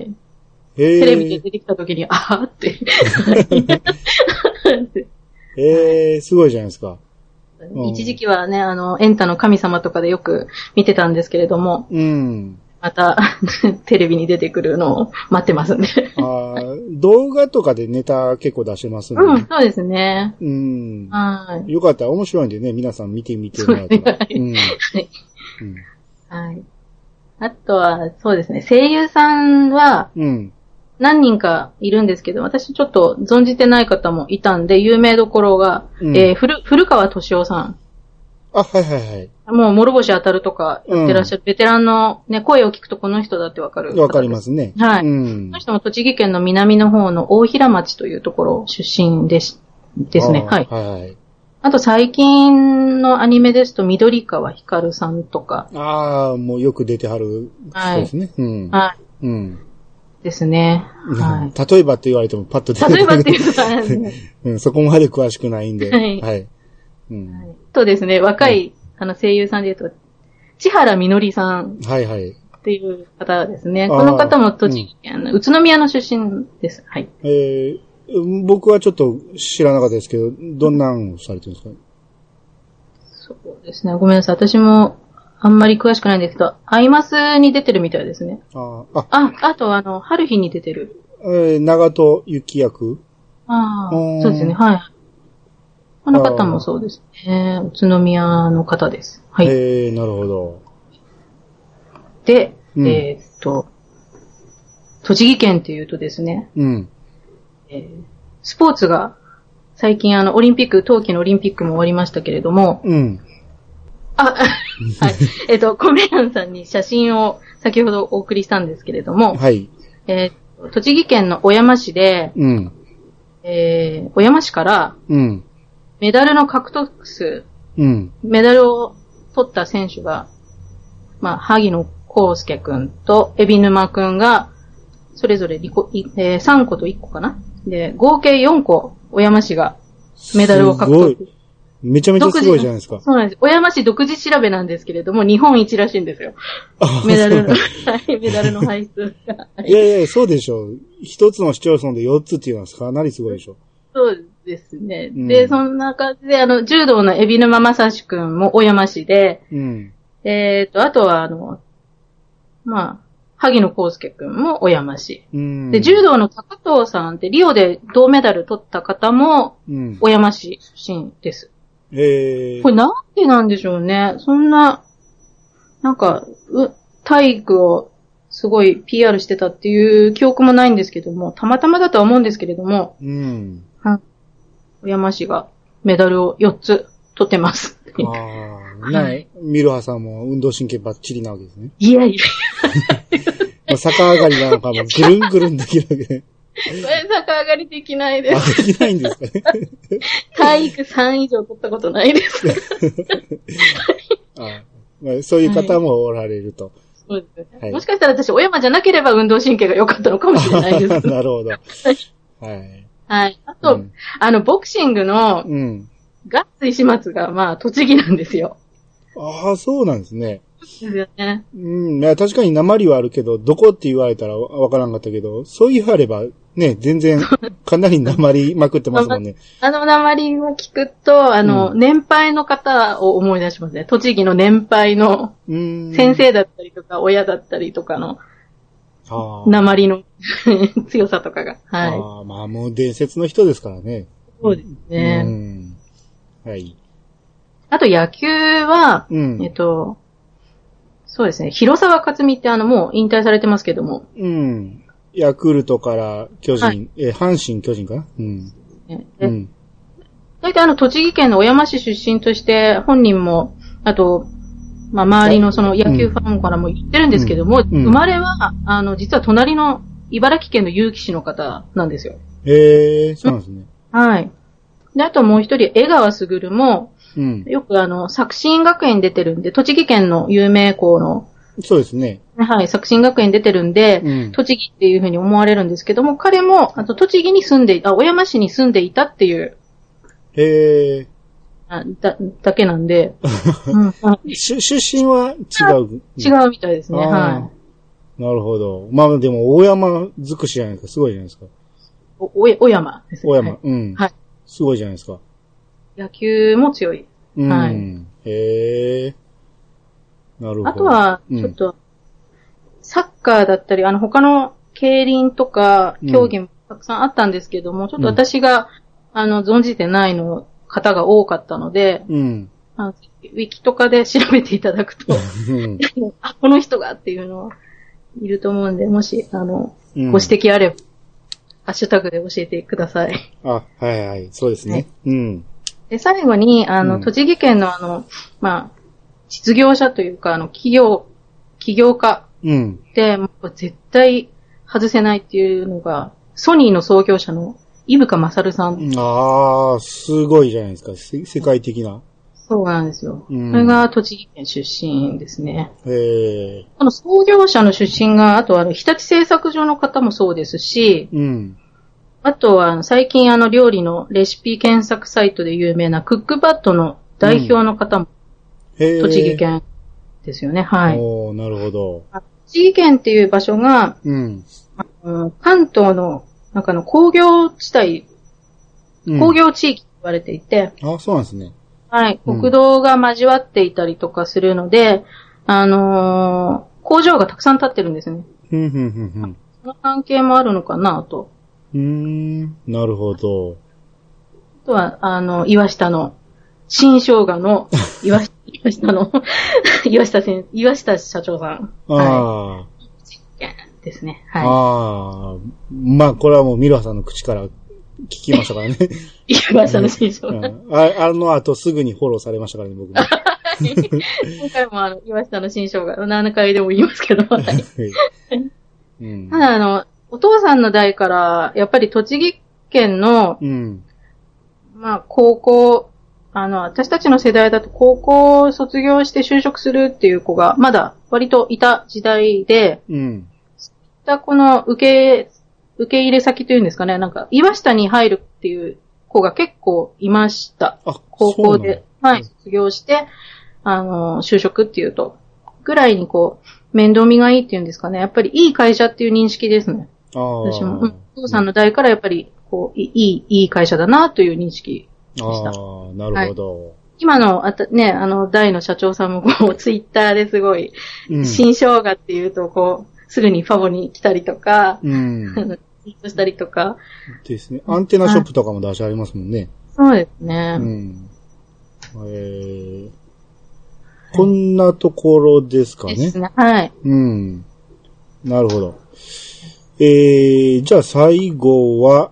S2: テレビで出てきた時に、あーって。
S1: すごいじゃないですか。
S2: 一時期はね、エンタの神様とかでよく見てたんですけれども、また、テレビに出てくるのを待ってますね。
S1: 動画とかでネタ結構出してますね。
S2: そうですね。
S1: よかったら面白いんでね、皆さん見てみてもらったら。
S2: はい。あとは、そうですね、声優さんは、何人かいるんですけど、私ちょっと存じてない方もいたんで、有名どころが、古川敏夫さん。
S1: あ、はいはいはい。
S2: もう、諸星当たるとかやってらっしゃる、ベテランのね、声を聞くとこの人だってわかる。
S1: わかりますね。
S2: はい。この人も栃木県の南の方の大平町というところ出身ですね。はい。はい。あと最近のアニメですと、緑川光さんとか。
S1: もうよく出てはる人ですね。
S2: はい。ですね。
S1: はい。例えばって言われてもパッと出てくる。
S2: 例えばって言うと、
S1: そこまで詳しくないんで。はい。
S2: とですね、若い、声優さんで言うと、千原みのりさん。
S1: はいはい。
S2: っていう方ですね。この方も栃木県、宇都宮の出身です。はい。
S1: 僕はちょっと知らなかったですけど、どんなんをされてるんですか？
S2: そうですね。ごめんなさい。私もあんまり詳しくないんですけど、アイマスに出てるみたいですね。あと春日に出てる。
S1: 長戸幸役？
S2: そうですね。はい。この方もそうですね。宇都宮の方です。はい。
S1: なるほど。
S2: で、栃木県っていうとですね、スポーツが、最近オリンピック、冬季のオリンピックも終わりましたけれども、はい。コメヤンさんに写真を先ほどお送りしたんですけれども、
S1: はい。
S2: 栃木県の小山市で、小山市から、メダルの獲得数、メダルを取った選手が、萩野公介くんと海老沼くんが、それぞれ3個と1個かな。で、合計4個、小山市がメダルを獲得。
S1: すごい。めちゃめちゃすごいじゃないですか。
S2: そうなんです。小山市独自調べなんですけれども、日本一らしいんですよ。メダルの配数が。
S1: いやいや、そうでしょう。一つの市町村で4つっていうのはかなりすごいでしょ。
S2: そうですね。で、そんな感じで、柔道の海老沼正史くんも小山市で、あとは、萩野公介くんも小山市。で、柔道の高藤さんってリオで銅メダル取った方も、小山市出身です。これなんでなんでしょうね。そんな、体育をすごい PR してたっていう記憶もないんですけども、たまたまだとは思うんですけれども、小山市がメダルを4つ取ってます。
S1: ミルハさんも運動神経バッチリなわけですね。
S2: いやい
S1: や。逆上がりなのかもぐるんぐるんできるわけで。
S2: これ逆上がりできないです。
S1: できないんですかね。
S2: 体育3以上取ったことないです。
S1: そういう方もおられると。
S2: そうですね。もしかしたら私、小山じゃなければ運動神経が良かったのかもしれないです。
S1: なるほど。はい。
S2: はい。あと、ボクシングの、ガッツ石松が、栃木なんですよ。
S1: そうなんですね。
S2: ですよね。
S1: 確かに訛はあるけど、どこって言われたらわからんかったけど、そう言われば、ね、全然、かなり訛りまくってますもんね。
S2: 訛りを聞くと、年配の方を思い出しますね。栃木の年配の、先生だったりとか、親だったりとかの、訛りの強さとかが。はい。
S1: もう伝説の人ですからね。
S2: そうですね。
S1: はい。
S2: あと野球は、そうですね。広沢克美ってもう引退されてますけども。
S1: ヤクルトから巨人、はい、阪神巨人かなうん。
S2: うん。大体栃木県の小山市出身として、本人も、あと、まあ、周りのその野球ファンからも言ってるんですけども、生まれは、実は隣の茨城県の結城市の方なんですよ。
S1: そうなんですね。
S2: はい。で、あともう一人、江川卓も、よく作新学園出てるんで、栃木県の有名校の、
S1: そうですね。
S2: はい、作新学園出てるんで、栃木っていうふうに思われるんですけども、彼も、栃木に住んでいた、小山市に住んでいたっていう、だけなんで、
S1: 出身は違う。
S2: 違うみたいですね、はい。
S1: なるほど。まあでも、大山尽くしじゃないですか。すごいじゃないですか。
S2: 大山ですね。
S1: 大山、うん。はい。すごいじゃないですか。
S2: 野球も強い。はい。
S1: なるほど。
S2: あとは、ちょっと、サッカーだったり、他の競輪とか、競技もたくさんあったんですけども、ちょっと私が、存じてない方が多かったので、ウィキとかで調べていただくと、あ、この人がっていうのいると思うんで、もし、ご指摘あれば、ハッシュタグで教えてください。
S1: あ、はいはい、そうですね。はい、
S2: で、最後に、栃木県のまあ、実業者というか、起業家で、絶対外せないっていうのが、ソニーの創業者の伊深勝さん。
S1: ああ、すごいじゃないですか。世界的な。
S2: そうなんですよ。それが栃木県出身ですね。この創業者の出身が、あと日立製作所の方もそうですし、あとは最近料理のレシピ検索サイトで有名なクックパッドの代表の方も、栃木県ですよね。はい。
S1: おー、なるほど。
S2: 栃木県っていう場所が、関東の中の工業地帯、工業地域と言われていて、
S1: あ、そうなんですね。
S2: はい。国道が交わっていたりとかするので、工場がたくさん建ってるんですね。その関係もあるのかなと。
S1: なるほど。
S2: あとは、岩下の、新生姜の、岩下社長さん。はい。ですね。
S1: はい。まあ、これはもうミルハさんの口から聞きましたからね。
S2: 岩下の新生姜。
S1: 後すぐにフォローされましたからね、僕も。
S2: 今回も岩下の新生姜、7回でも言いますけど。ただお父さんの代から、やっぱり栃木県の、まあ、高校、私たちの世代だと高校を卒業して就職するっていう子が、まだ割といた時代で、この受け入れ先というんですかね、なんか、岩下に入るっていう子が結構いました。高校で、はい、卒業して、就職っていうと、ぐらいに面倒見がいいっていうんですかね、やっぱりいい会社っていう認識ですね。私も、お父さんの代からやっぱり、いい会社だなという認識でした。
S1: なるほど。はい、
S2: 今の、大の社長さんもツイッターですごい、新生姜っていうと、すぐにファボに来たりとか、ツイートしたりとか。
S1: ですね。アンテナショップとかも出しありますもんね。
S2: そうですね。
S1: こんなところですかね。
S2: ですね。はい。
S1: なるほど。じゃあ最後は、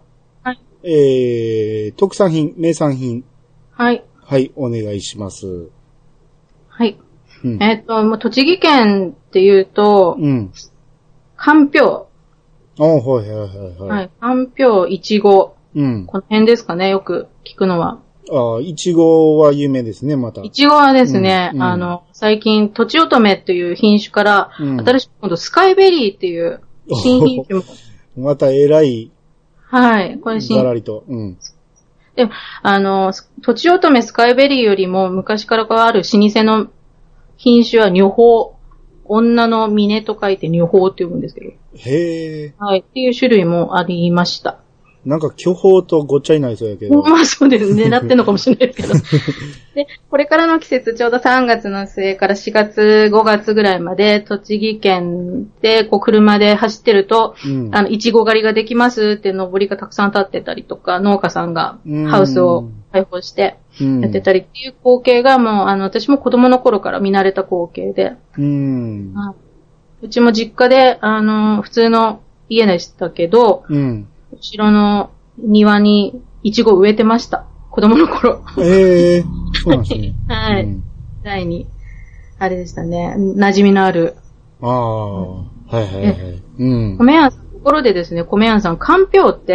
S1: 特産品、名産品。
S2: はい。
S1: はい、お願いします。
S2: はい。栃木県っていうと、かんぴょう。はい。かんぴょう、いちご。この辺ですかね、よく聞くのは。
S1: いちごは有名ですね、また。
S2: いちごはですね、最近、とちおとめっていう品種から、新しく今度スカイベリーっていう新品種も。
S1: また偉い。
S2: はい、これ
S1: ざらりと。
S2: で、とちおとめスカイベリーよりも昔からある老舗の品種は女宝。女の峰と書いて女宝って呼ぶんですけど。はい、っていう種類もありました。
S1: なんか巨峰とごっちゃになりそうやけど。
S2: まあそうですね。なってんのかもしれないですけど。で、これからの季節、ちょうど3月の末から4月、5月ぐらいまで、栃木県で、車で走ってると、いちご狩りができますって上りがたくさん立ってたりとか、農家さんがハウスを開放してやってたりっていう光景がもう、私も子供の頃から見慣れた光景で。うちも実家で、普通の家でしたけど、後ろの庭にイチゴ植えてました。子供の頃。
S1: そうなんですね。
S2: はい。第に、あれでしたね。馴染みのある。
S1: はいはいはい。
S2: 米屋さん、ところでですね、米屋さん、かんぴょうって、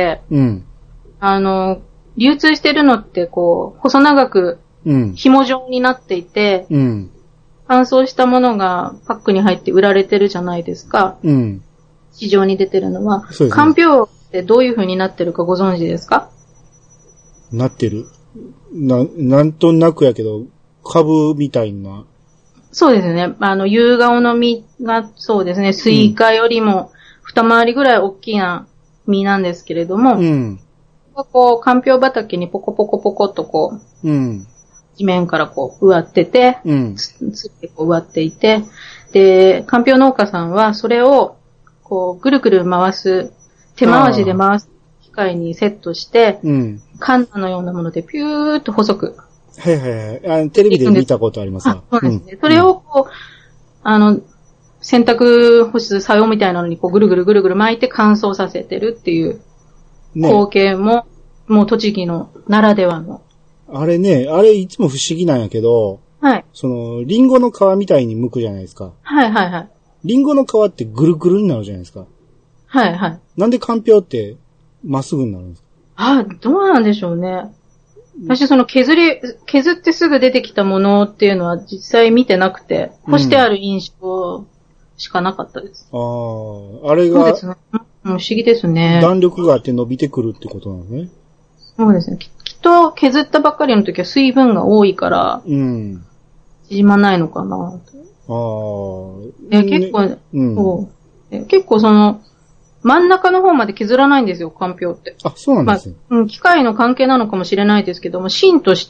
S2: 流通してるのって、こう、細長く、紐状になっていて、乾燥したものがパックに入って売られてるじゃないですか。市場に出てるのは。かんぴょうってどういう風になってるかご存知ですか？
S1: なってる。なんとなくやけど、株みたいな。
S2: そうですね。夕顔の実が、そうですね、スイカよりも二回りぐらい大きな実なんですけれども、こう、かんぴょう畑にポコポコポコっとこう、地面からこう、植わってて、つってこう植わっていて、で、かんぴょう農家さんはそれを、こう、ぐるぐる回す、手回しで回す機械にセットして、カンナのようなものでピューっと細く。
S1: はいはいはい。テレビで見たことありますわ。
S2: そうですね。それをこう、洗濯干す作用みたいなのにこうぐるぐるぐるぐる巻いて乾燥させてるっていう光景も、もう栃木のならではの。
S1: あれね、あれいつも不思議なんやけど、リンゴの皮みたいに剥くじゃないですか。
S2: はいはいはい。
S1: リンゴの皮ってぐるぐるになるじゃないですか。
S2: はいはい。
S1: なんでかんぴょうってまっすぐになるんですか？
S2: どうなんでしょうね。私削ってすぐ出てきたものっていうのは実際見てなくて、干してある印象しかなかったです。
S1: あれが、
S2: そうですね。不思議ですね。
S1: 弾力があって伸びてくるってことなのね。
S2: そうですね。きっと削ったばっかりの時は水分が多いから、縮まないのかなと。結構、結構真ん中の方まで削らないんですよ、かんぴょうって。
S1: そうなんですね。
S2: 機械の関係なのかもしれないですけども、芯として、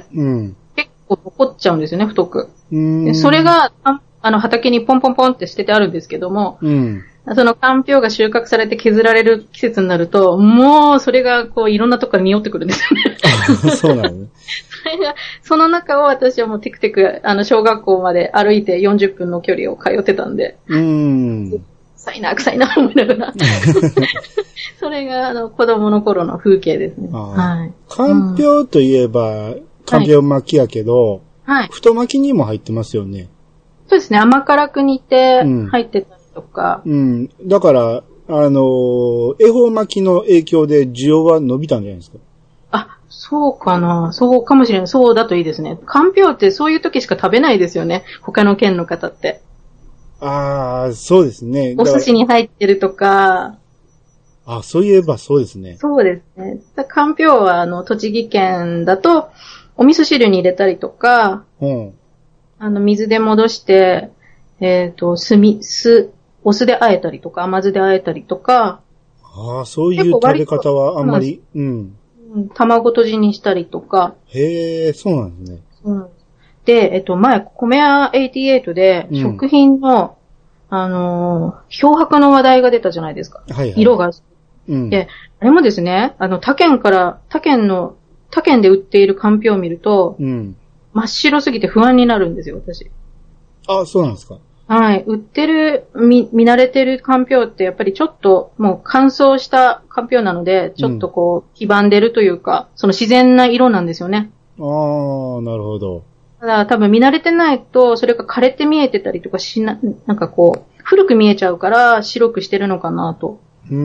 S2: 結構残っちゃうんですよね、太く。でそれが、畑にポンポンポンって捨ててあるんですけども、そのかんぴょうが収穫されて削られる季節になると、もうそれがこういろんなとこから匂ってくるんですよね。
S1: そうなのね。
S2: その中を私はもうテクテク、小学校まで歩いて40分の距離を通ってたんで。臭いな、思いながら。それが、子供の頃の風景ですね。はい。
S1: かんぴょうといえば、かんぴょう巻きやけど、太巻きにも入ってますよね。
S2: そうですね、甘辛く煮て入ってたりとか。
S1: だから、恵方巻きの影響で需要は伸びたんじゃないですか？
S2: そうかな。そうかもしれない。そうだといいですね。かんぴょうってそういう時しか食べないですよね。他の県の方って。
S1: そうですね。
S2: お寿司に入ってるとか。
S1: そういえばそうですね。
S2: そうですね。かんぴょうは栃木県だと、お味噌汁に入れたりとか、水で戻して、お酢で和えたりとか、甘酢で和えたりとか。
S1: そういう食べ方はあんまり、
S2: 卵とじにしたりとか。
S1: そうなんですね。
S2: で、前、米屋88で、食品の、漂白の話題が出たじゃないですか。色が。で、あれもですね、他県で売っているかんぴょうを見ると、真っ白すぎて不安になるんですよ、私。
S1: そうなんですか。
S2: はい。売ってる、見慣れてるかんぴょうってやっぱりちょっともう乾燥したかんぴょうなので、ちょっとこう、黄ばんでるというか、その自然な色なんですよね。
S1: なるほど。
S2: ただ多分見慣れてないと、それが枯れて見えてたりとかなんかこう、古く見えちゃうから白くしてるのかなと。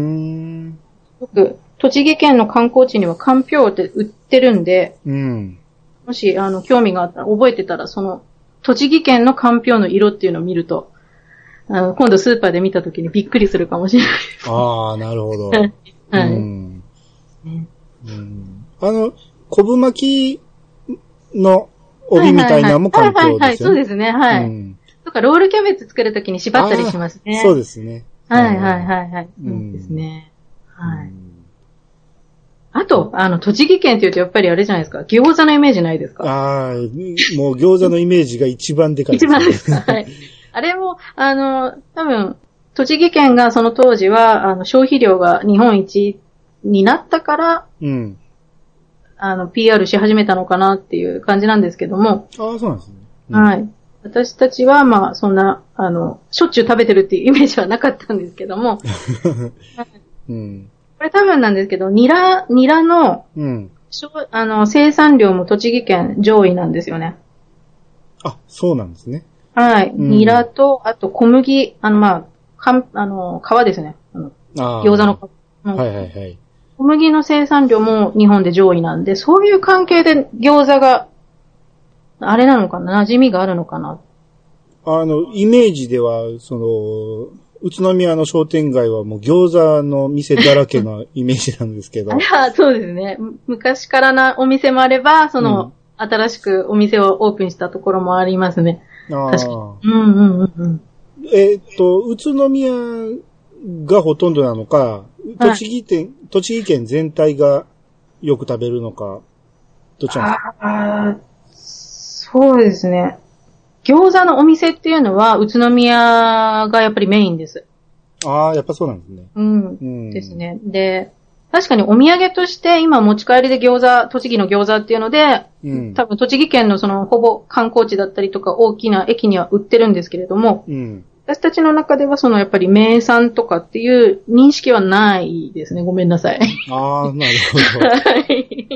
S2: 僕、栃木県の観光地にはかんぴょうって売ってるんで、もし、興味があったら、覚えてたら、栃木県のかんぴょうの色っていうのを見ると、今度スーパーで見たときにびっくりするかもしれないです。
S1: なるほど。昆布巻きの帯みたいなのもかんぴょうですよね。
S2: そうですね、はい。とか、ロールキャベツ作るときに縛ったりしますね。
S1: そうですね。
S2: そうですね。はい。あと、栃木県って言うとやっぱりあれじゃないですか。餃子のイメージないですか？
S1: もう餃子のイメージが一番でかい。
S2: 一番ですか？はい。あれも、多分、栃木県がその当時は、消費量が日本一になったから、PR し始めたのかなっていう感じなんですけども。
S1: そうなんですね。
S2: はい。 私たちは、まあ、そんな、しょっちゅう食べてるっていうイメージはなかったんですけども。うん、これ多分なんですけど、ニラの、うん、生産量も栃木県上位なんですよね。
S1: あ、そうなんですね。
S2: はい。うん、ニラと、あと小麦、まあ、皮ですね。餃子の皮。うん、はいはいはい。小麦の生産量も日本で上位なんで、そういう関係で餃子が、あれなのかな、馴染みがあるのかな。
S1: イメージでは、宇都宮の商店街はもう餃子の店だらけのイメージなんですけど。
S2: そうですね。昔からなお店もあれば、新しくお店をオープンしたところもありますね。確かに。うんうんうんうん。
S1: 宇都宮がほとんどなのか、栃木県全体がよく食べるのか、どっちなんですか？
S2: そうですね。餃子のお店っていうのは、宇都宮がやっぱりメインです。
S1: ああ、やっぱそうなんですね。
S2: うん。ですね。で、確かにお土産として今持ち帰りで栃木の餃子っていうので、多分栃木県のほぼ観光地だったりとか大きな駅には売ってるんですけれども、私たちの中ではやっぱり名産とかっていう認識はないですね。ごめんなさい。
S1: ああ、なるほど。はい。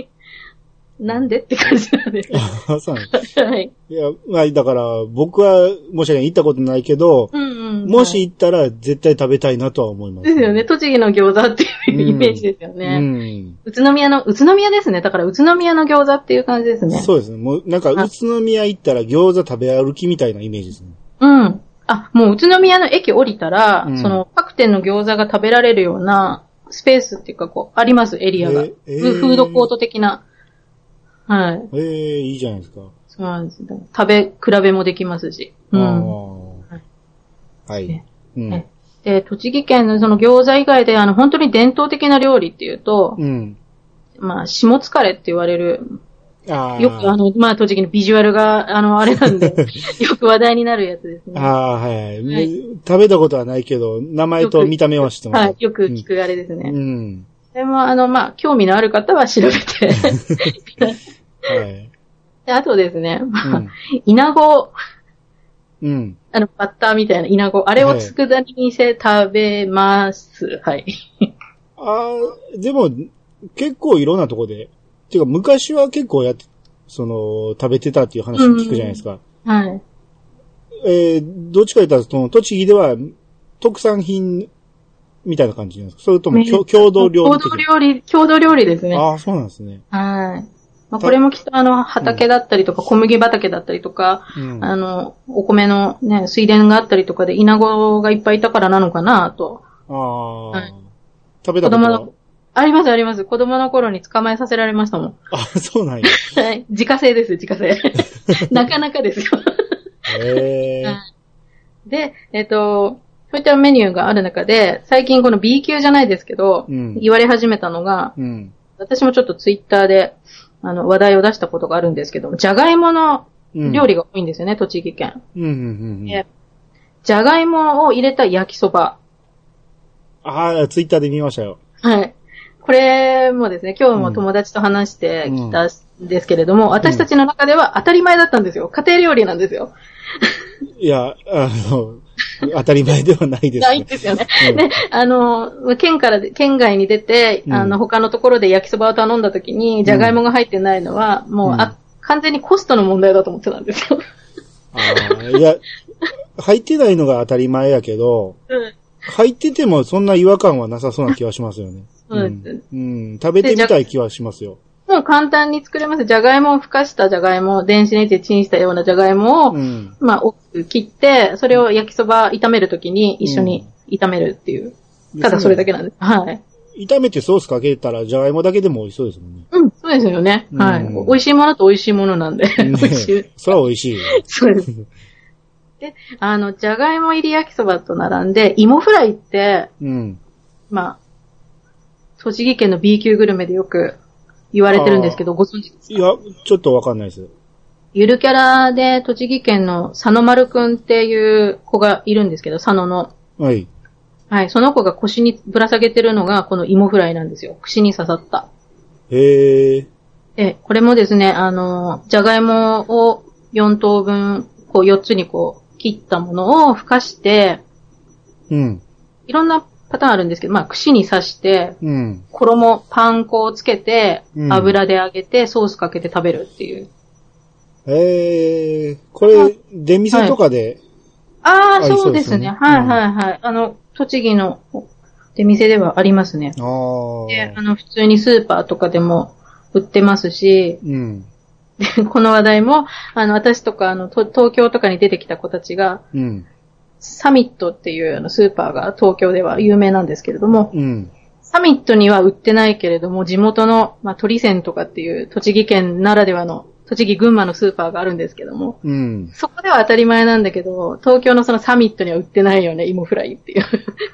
S2: なんでって感じなんです。
S1: ああ、そうなんです。はい。いや、まあ、だから、僕は、もし訳ない、行ったことないけど、もし行ったら絶対食べたいなとは思います、
S2: ですよね。栃木の餃子っていうイメージですよね。宇都宮ですね。だから宇都宮の餃子っていう感じですね。
S1: そうですね。もう、なんか、宇都宮行ったら餃子食べ歩きみたいなイメージですね。
S2: うん。あ、もう宇都宮の駅降りたら、各店の餃子が食べられるようなスペースっていうか、あります、エリアが。フードコート的な。はい。
S1: いいじゃないですか。
S2: そうなんです。食べ比べもできますし。うん。
S1: はい。
S2: で、栃木県の餃子以外で、本当に伝統的な料理っていうと、まあ、下疲れって言われる、よくまあ、栃木のビジュアルが、あれなんで、よく話題になるやつですね。
S1: はい。食べたことはないけど、名前と見た目は知ってます。
S2: はい、よく聞くあれですね。でも、まあ、興味のある方は調べて。はい。で、あとですね、まあ、イナゴ、バッターみたいなイナゴ、あれを佃煮にして食べます。はい。
S1: でも、結構いろんなとこで、てか昔は結構食べてたっていう話を聞くじゃないですか。
S2: はい。
S1: どっちか言ったら、栃木では特産品みたいな感じなんですか？それとも郷土料理？
S2: 郷土料理ですね。
S1: ああ、そうなんですね。
S2: はい。まあ、これもきっと畑だったりとか、小麦畑だったりとか、お米のね、水田があったりとかで、イナゴがいっぱいいたからなのかなと。
S1: 食べたことは？
S2: ありますあります。子供の頃に捕まえさせられましたもん。
S1: あ、そうなんや。
S2: はい。自家製です、自家製。なかなかですよ。で、そういったメニューがある中で、最近この B 級じゃないですけど、言われ始めたのが、私もちょっとツイッターで、話題を出したことがあるんですけど、じゃがいもの料理が多いんですよね、栃木県。じゃがいもを入れた焼きそば。
S1: ツイッターで見ましたよ。
S2: はい。これもですね、今日も友達と話してきたんですけれども、私たちの中では当たり前だったんですよ。家庭料理なんですよ。
S1: いや、当たり前ではないですね。
S2: ないんですよね。で、県外に出て、他のところで焼きそばを頼んだ時に、じゃがいもが入ってないのは、もう、完全にコストの問題だと思ってたんですよ。
S1: いや、入ってないのが当たり前やけど、入っててもそんな違和感はなさそうな気はしますよね。そうです。食べてみたい気はしますよ。
S2: もう簡単に作れます。じゃがいもをふかしたじゃがいも、電子レンジでチンしたようなじゃがいもを、まあ、大きく切って、それを焼きそば炒めるときに一緒に炒めるっていう。ただそれだけなんです。はい。
S1: 炒めてソースかけたらじゃがいもだけでも美味しそうですもんね。
S2: そうですよね。はい。美味しいものと美味しいものなんで。美味しい。
S1: それは美味しい。
S2: そうです。で、じゃがいも入り焼きそばと並んで、芋フライって、まあ、栃木県の B 級グルメでよく言われてるんですけど、ご存知ですか？
S1: いや、ちょっとわかんないです。
S2: ゆるキャラで栃木県の佐野丸くんっていう子がいるんですけど、佐野の。はい。はい、その子が腰にぶら下げてるのがこの芋フライなんですよ。串に刺さった。へー。これもですね、じゃがいもを4等分、 こう4つにこう切ったものをふかして、
S1: うん。
S2: いろんなパターンあるんですけど、まあ串に刺して、
S1: うん。
S2: パン粉をつけて、油で揚げて、ソースかけて食べるっていう。
S1: これ、出店とかで、
S2: ああ、そうですね。はいはいはい。栃木の出店ではありますね。で、普通にスーパーとかでも売ってますし、うん。で、この話題も、私とか、東京とかに出てきた子たちが、うん。サミットっていうスーパーが東京では有名なんですけれども、うん。サミットには売ってないけれども、地元の、まあ、鳥仙とかっていう栃木県ならではの栃木群馬のスーパーがあるんですけども、うん、そこでは当たり前なんだけど、東京のそのサミットには売ってないよね、芋フライっていう。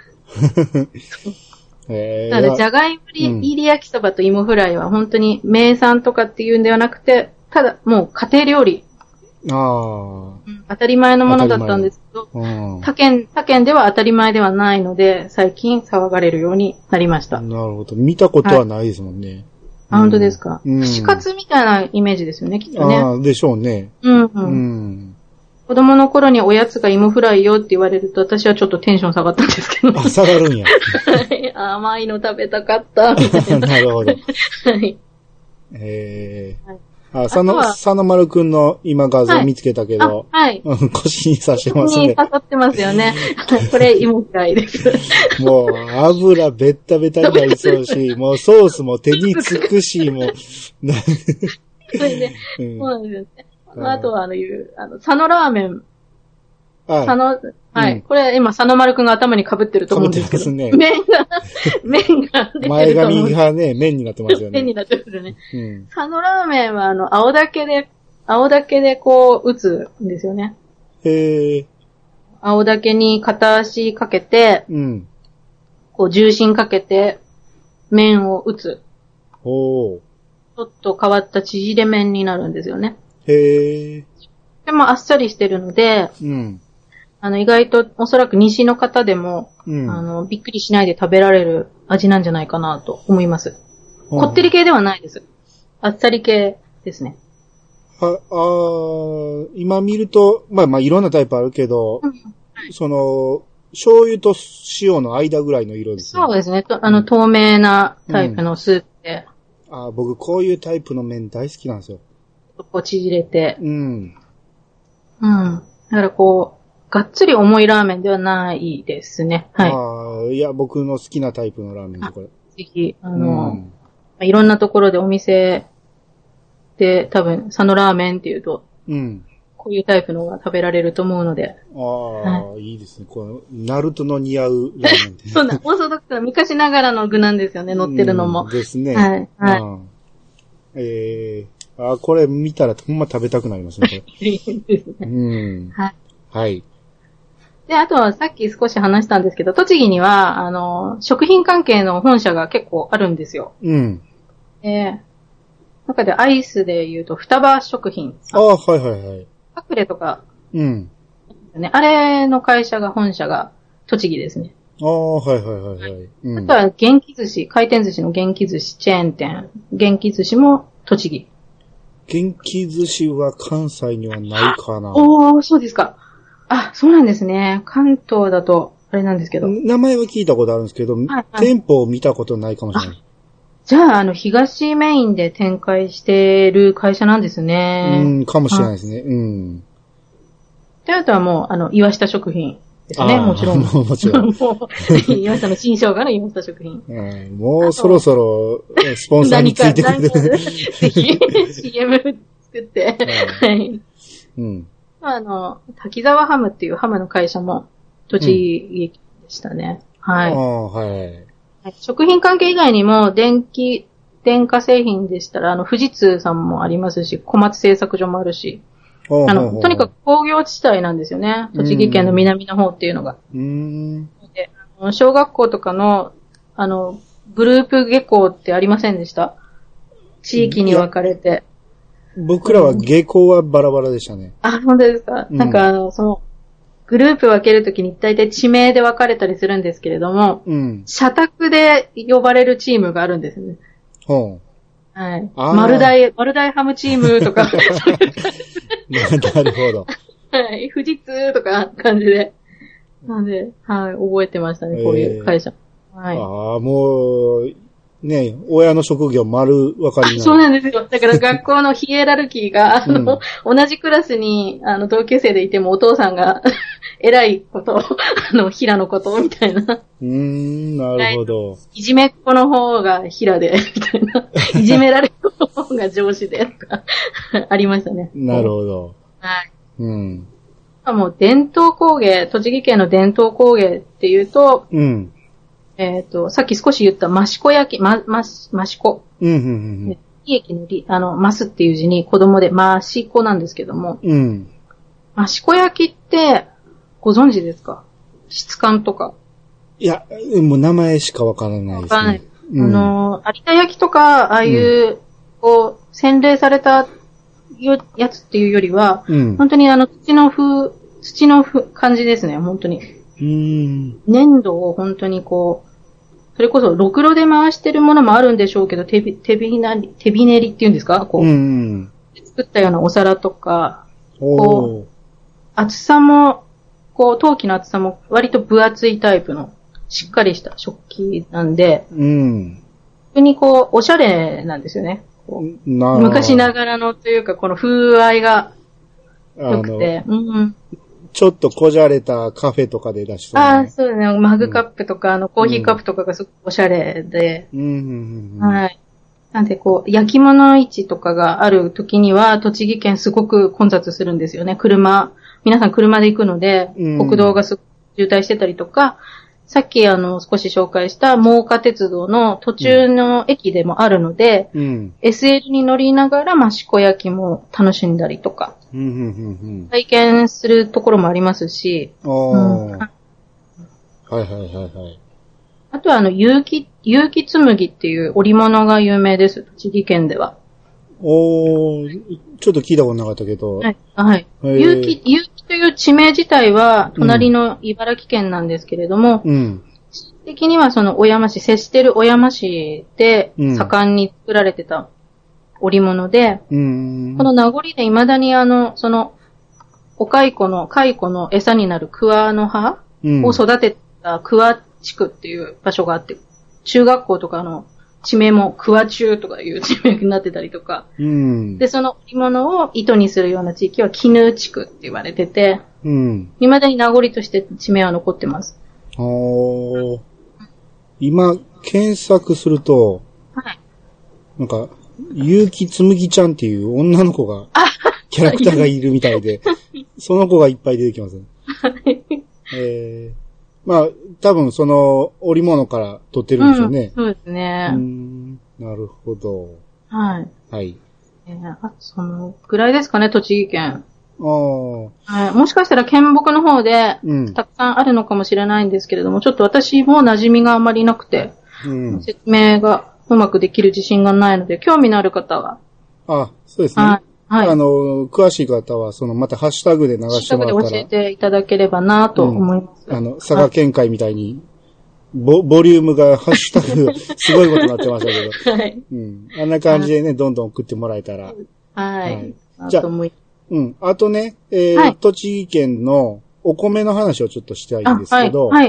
S2: なので、じゃがいも入り焼きそばと芋フライは本当に名産とかっていうんではなくて、ただもう家庭料理。当たり前のものだったんですけど、他県では当たり前ではないので、最近騒がれるようになりました。
S1: なるほど。見たことはないですもんね。
S2: あ、本当ですか。串カツみたいなイメージですよね、きっとね。
S1: ああ、でしょうね。
S2: 子供の頃におやつが芋フライよって言われると、私はちょっとテンション下がったんですけど。
S1: あ、下がるんや。
S2: 甘いの食べたかった、みたいな。
S1: なるほど。はい。佐野丸くんの今画像見つけたけど、はい。腰に刺してますね。
S2: 腰に刺さってますよね。これ芋フライです。
S1: もう油ベッタベタになりそうし、もうソースも手につくし、もう。そ
S2: れで、そうなんですよね。あとは佐野ラーメン。佐野、はい。これ今佐野丸くんが頭に被ってると思うんですけど。被ってますね。麺が出てると思う。
S1: 前髪がね、麺になってますよね。
S2: 麺になってますよね。佐野ラーメンは青竹でこう打つんですよね。青竹に片足かけて、こう重心かけて麺を打つ。ちょっと変わった縮れ麺になるんですよね。でもあっさりしてるので、意外とおそらく西の方でも、びっくりしないで食べられる味なんじゃないかなと思います。こってり系ではないです。あっさり系ですね。
S1: 今見ると、まあいろんなタイプあるけど、醤油と塩の間ぐらいの色ですね。
S2: そうですね。透明なタイプのスープで。
S1: 僕こういうタイプの麺大好きなんですよ。
S2: こう縮れて。だからこう、がっつり重いラーメンではないですね。はい。
S1: いや、僕の好きなタイプのラーメンでこれ。
S2: ぜひ、いろんなところでお店で多分、佐野ラーメンっていうと、こういうタイプのが食べられると思うので。
S1: いいですね。この、ナルトの似合うラーメンって。
S2: そうだ、オーソドックスな昔ながらの具なんですよね、乗ってるのも。
S1: ですね。はい。これ見たらほんま食べたくなりますね、これ。いいですね。はい。はい。
S2: で、あとはさっき少し話したんですけど、栃木には、食品関係の本社が結構あるんですよ。中でアイスで言うと、双葉食品。
S1: はいはいはい。
S2: 隠れとか。あれの会社が、本社が栃木ですね。
S1: はいはいはいはい。
S2: あとは元気寿司、回転寿司の元気寿司チェーン店。元気寿司も栃木。
S1: 元気寿司は関西にはないかな。
S2: そうですか。そうなんですね。関東だと、あれなんですけど。
S1: 名前は聞いたことあるんですけど、店舗を見たことないかもしれない。
S2: じゃあ、東メインで展開してる会社なんですね。
S1: かもしれないですね。
S2: で、あとはもう、岩下食品ですね。もちろん。
S1: もちろん。
S2: 岩下の新生姜の岩下食品。
S1: もうそろそろ、スポンサーについてくる。ぜ
S2: ひ、CM 作って。はい。滝沢ハムっていうハムの会社も、栃木でしたね。はい。はい。食品関係以外にも、電化製品でしたら、富士通さんもありますし、小松製作所もあるし、とにかく工業地帯なんですよね。栃木県の南の方っていうのが。で、小学校とかの、グループ下校ってありませんでした？地域に分かれて。
S1: 僕らは下校はバラバラでしたね。
S2: 本当ですか？なんかグループ分けるときに大体地名で分かれたりするんですけれども、社宅で呼ばれるチームがあるんですね。はい。丸大ハムチームとか。
S1: なるほど。
S2: はい。富士通とか感じで。なんで、はい。覚えてましたね、こういう会社。はい。
S1: ああ、もう、ね、親の職業丸分かりない。
S2: そうなんですよ。だから学校のヒエラルキーが、同じクラスに、同級生でいてもお父さんが、偉いこと、平のこと、みたいな。
S1: なるほど。
S2: いじめっ子の方が平で、みたいな。いじめられる方が上司で、とか、ありましたね。
S1: なるほど。
S2: はい。もう伝統工芸、栃木県の伝統工芸っていうと、さっき少し言った益子焼き、益子。利益の利、ますっていう字に子供で益子なんですけども、益子焼きって、ご存知ですか？質感とか。
S1: いや、もう名前しかわからないですね。
S2: 有田焼きとか、ああいう、こう、洗礼されたやつっていうよりは、本当に土の感じですね、本当に。粘土を本当にこう、それこそ、ろくろで回してるものもあるんでしょうけど、手びねりっていうんですか？こう、作ったようなお皿とか、こう、厚さも、こう、陶器の厚さも割と分厚いタイプの、しっかりした食器なんで、本当にこう、おしゃれなんですよね。昔ながらのというか、この風合いが良くて、
S1: ちょっとこじゃれたカフェとかで出して、
S2: ね。そうですね。マグカップとか、コーヒーカップとかがすごくおしゃれで。はい。なんでこう、焼き物市とかがある時には、栃木県すごく混雑するんですよね。皆さん車で行くので、国道が渋滞してたりとか、さっき少し紹介した真岡鉄道の途中の駅でもあるので、SL に乗りながら益子焼きも楽しんだりとか、体験するところもありますし、あとは結城紬っていう織物が有名です、栃木県では。
S1: ちょっと聞いたことなかったけど。
S2: はい。結城という地名自体は、隣の茨城県なんですけれども、地的にはその接してる小山市で盛んに作られてた織物で、この名残で未だにその、蚕の餌になる桑の葉を育てた桑地区っていう場所があって、中学校とかの地名も桑中とかいう地名になってたりとか、で、その織物を糸にするような地域は絹地区って言われてて、未だに名残として地名は残ってます。
S1: 今、検索すると、なんか、結城つむぎちゃんっていう女の子が、キャラクターがいるみたいで、その子がいっぱい出てきますね。まあ、多分その織物から取ってるんでしょうね。
S2: そうですね。
S1: なるほど。
S2: はい。
S1: はい。
S2: そのぐらいですかね、栃木県。
S1: も
S2: しかしたら県北の方で、たくさんあるのかもしれないんですけれども、ちょっと私も馴染みがあまりなくて、説明がうまくできる自信がないので、興味のある方は。
S1: そうですね。詳しい方は、またハッシュタグで流してもらったら。
S2: ハッシュタグで教えていただければなと思います。
S1: 佐賀県会みたいに、ボリュームがハッシュタグ、すごいことになってましたけど。あんな感じでね、どんどん送ってもらえたら。じゃあ、あとね、栃木県のお米の話をちょっとしたいんですけど。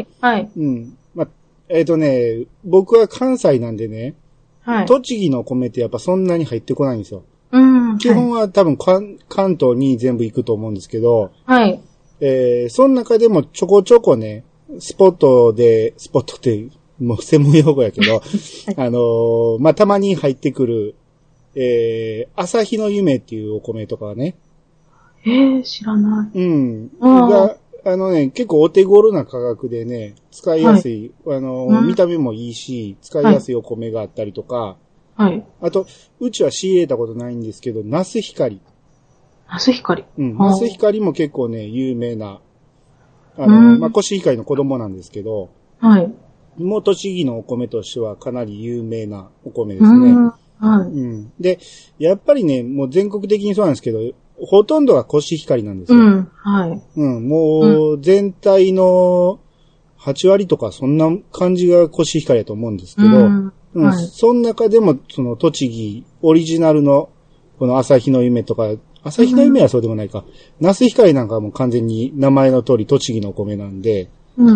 S1: 僕は関西なんでね、栃木の米ってやっぱそんなに入ってこないんですよ。基本は多分関東に全部行くと思うんですけど、その中でもちょこちょこね、スポットってもう専門用語やけど、たまに入ってくる、朝日の夢っていうお米とかね。
S2: 知らない。
S1: 結構お手頃な価格でね、使いやすい、見た目もいいし、使いやすいお米があったりとか、あと、うちは仕入れたことないんですけど、ナスヒカリ。
S2: ナスヒカリ。
S1: ナスヒカリも結構ね、有名な、コシヒカリの子供なんですけど、もう栃木のお米としてはかなり有名なお米ですね。で、やっぱりね、もう全国的にそうなんですけど、ほとんどがコシヒカリなんですよ。もう全体の8割とかそんな感じがコシヒカリだと思うんですけど、その中でもその栃木オリジナルのこの朝日の夢とか朝日の夢はそうでもないか。那須光なんかはもう完全に名前の通り栃木のお米なんで、うん、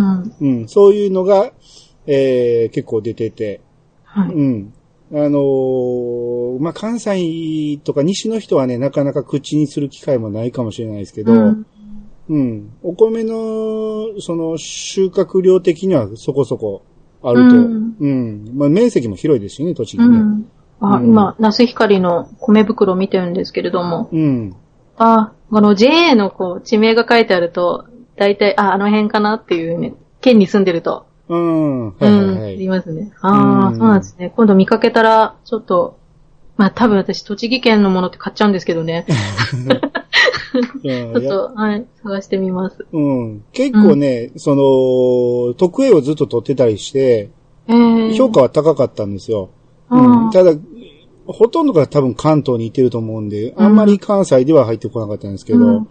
S1: そういうのが、結構出てて、はい、うん。まあ、関西とか西の人はね、なかなか口にする機会もないかもしれないですけど、うん。お米の、その、収穫量的にはそこそこあると。うん。まあ、面積も広いですしね、栃木ね。
S2: 今、那須光の米袋を見てるんですけれども。JA のこう、地名が書いてあると、大体、あの辺かなっていうね、県に住んでると。言いますね。そうなんですね。今度見かけたら、ちょっと、まあ多分私、栃木県のものって買っちゃうんですけどね。ちょっと、はい、探してみます。
S1: 結構ね、その、特 A をずっと取ってたりして、評価は高かったんですよ。ただ、ほとんどが多分関東に行ってると思うんで、あんまり関西では入ってこなかったんですけど、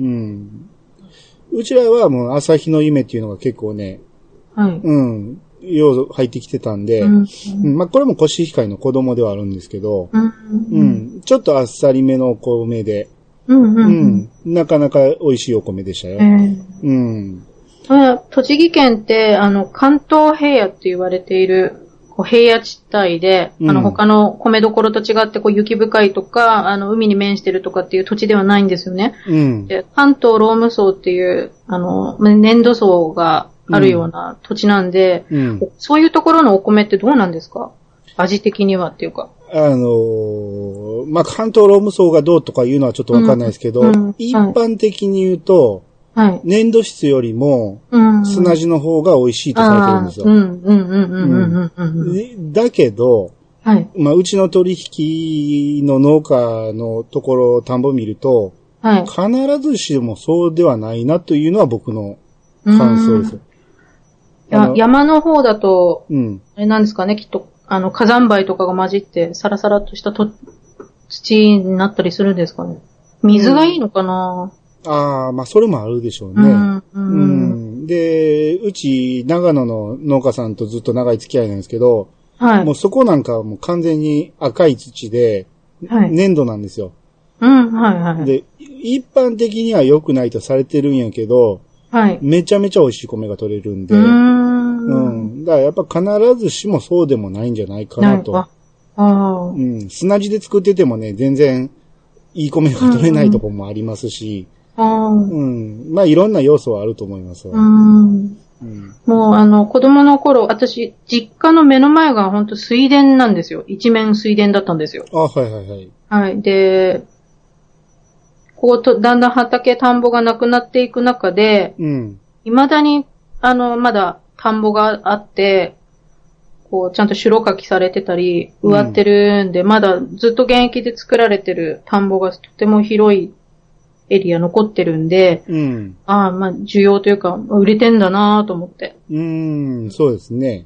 S1: うちらはもう朝日の夢っていうのが結構ね、よう入ってきてたんで、まあこれもコシヒカリの子供ではあるんですけど、ちょっとあっさりめのお米で、なかなか美味しいお米でしたよ。
S2: 栃木県って、関東平野って言われている、平野地帯で、他の米どころと違って、雪深いとか、海に面してるとかっていう土地ではないんですよね。で関東ローム層っていう、粘土層があるような土地なんで、そういうところのお米ってどうなんですか？味的にはっていうか。
S1: まあ、関東ローム層がどうとかいうのはちょっとわかんないですけど、一般的に言うと、粘土質よりも、砂地の方が美味しいとされてるんですよ。だけど、まあ、うちの取引の農家のところ、田んぼ見ると、必ずしもそうではないなというのは僕の感想ですよ。
S2: 山の方だと、あれなんですかね、きっと、火山灰とかが混じって、サラサラっとした土になったりするんですかね。水がいいのかな？
S1: まあ、それもあるでしょうね。で、うち、長野の農家さんとずっと長い付き合いなんですけど、もうそこなんかはもう完全に赤い土で、粘土なんですよ。で、一般的には良くないとされてるんやけど、めちゃめちゃ美味しい米が取れるんで、だからやっぱ必ずしもそうでもないんじゃないかなと。砂地で作っててもね、全然いい米が取れないところもありますし、まあいろんな要素はあると思います。
S2: もう子供の頃、私、実家の目の前が本当水田なんですよ。一面水田だったんですよ。で、だんだん畑、田んぼがなくなっていく中で、未だに、まだ田んぼがあって、ちゃんと白かきされてたり、植わってるんで、まだずっと現役で作られてる田んぼがとても広いエリア残ってるんで、まあ、需要というか、売れてんだなと思って。
S1: そうですね。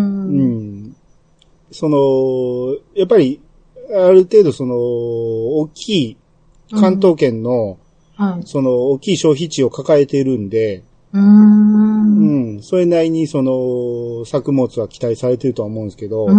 S1: やっぱり、ある程度大きい、関東圏の、大きい消費地を抱えているんで、それなりに作物は期待されているとは思うんですけど、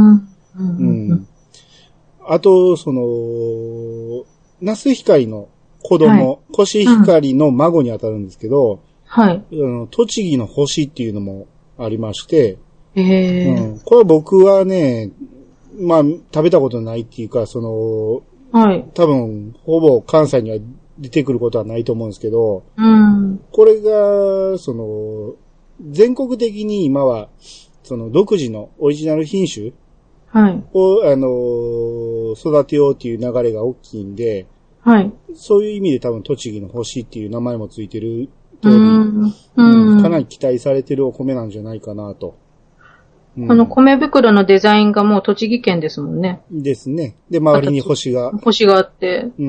S1: あと、那須光の子供、コシヒカリの孫に当たるんですけど、栃木の星っていうのもありまして、これは僕はね、まあ、食べたことないっていうか、多分、ほぼ関西には出てくることはないと思うんですけど、これが、全国的に今は、独自のオリジナル品種を、育てようっていう流れが大きいんで、そういう意味で多分栃木の星っていう名前もついてる通り、かなり期待されてるお米なんじゃないかなと。
S2: この米袋のデザインがもう栃木県ですもんね。
S1: ですね。で、周りに星が。
S2: 星があって。こ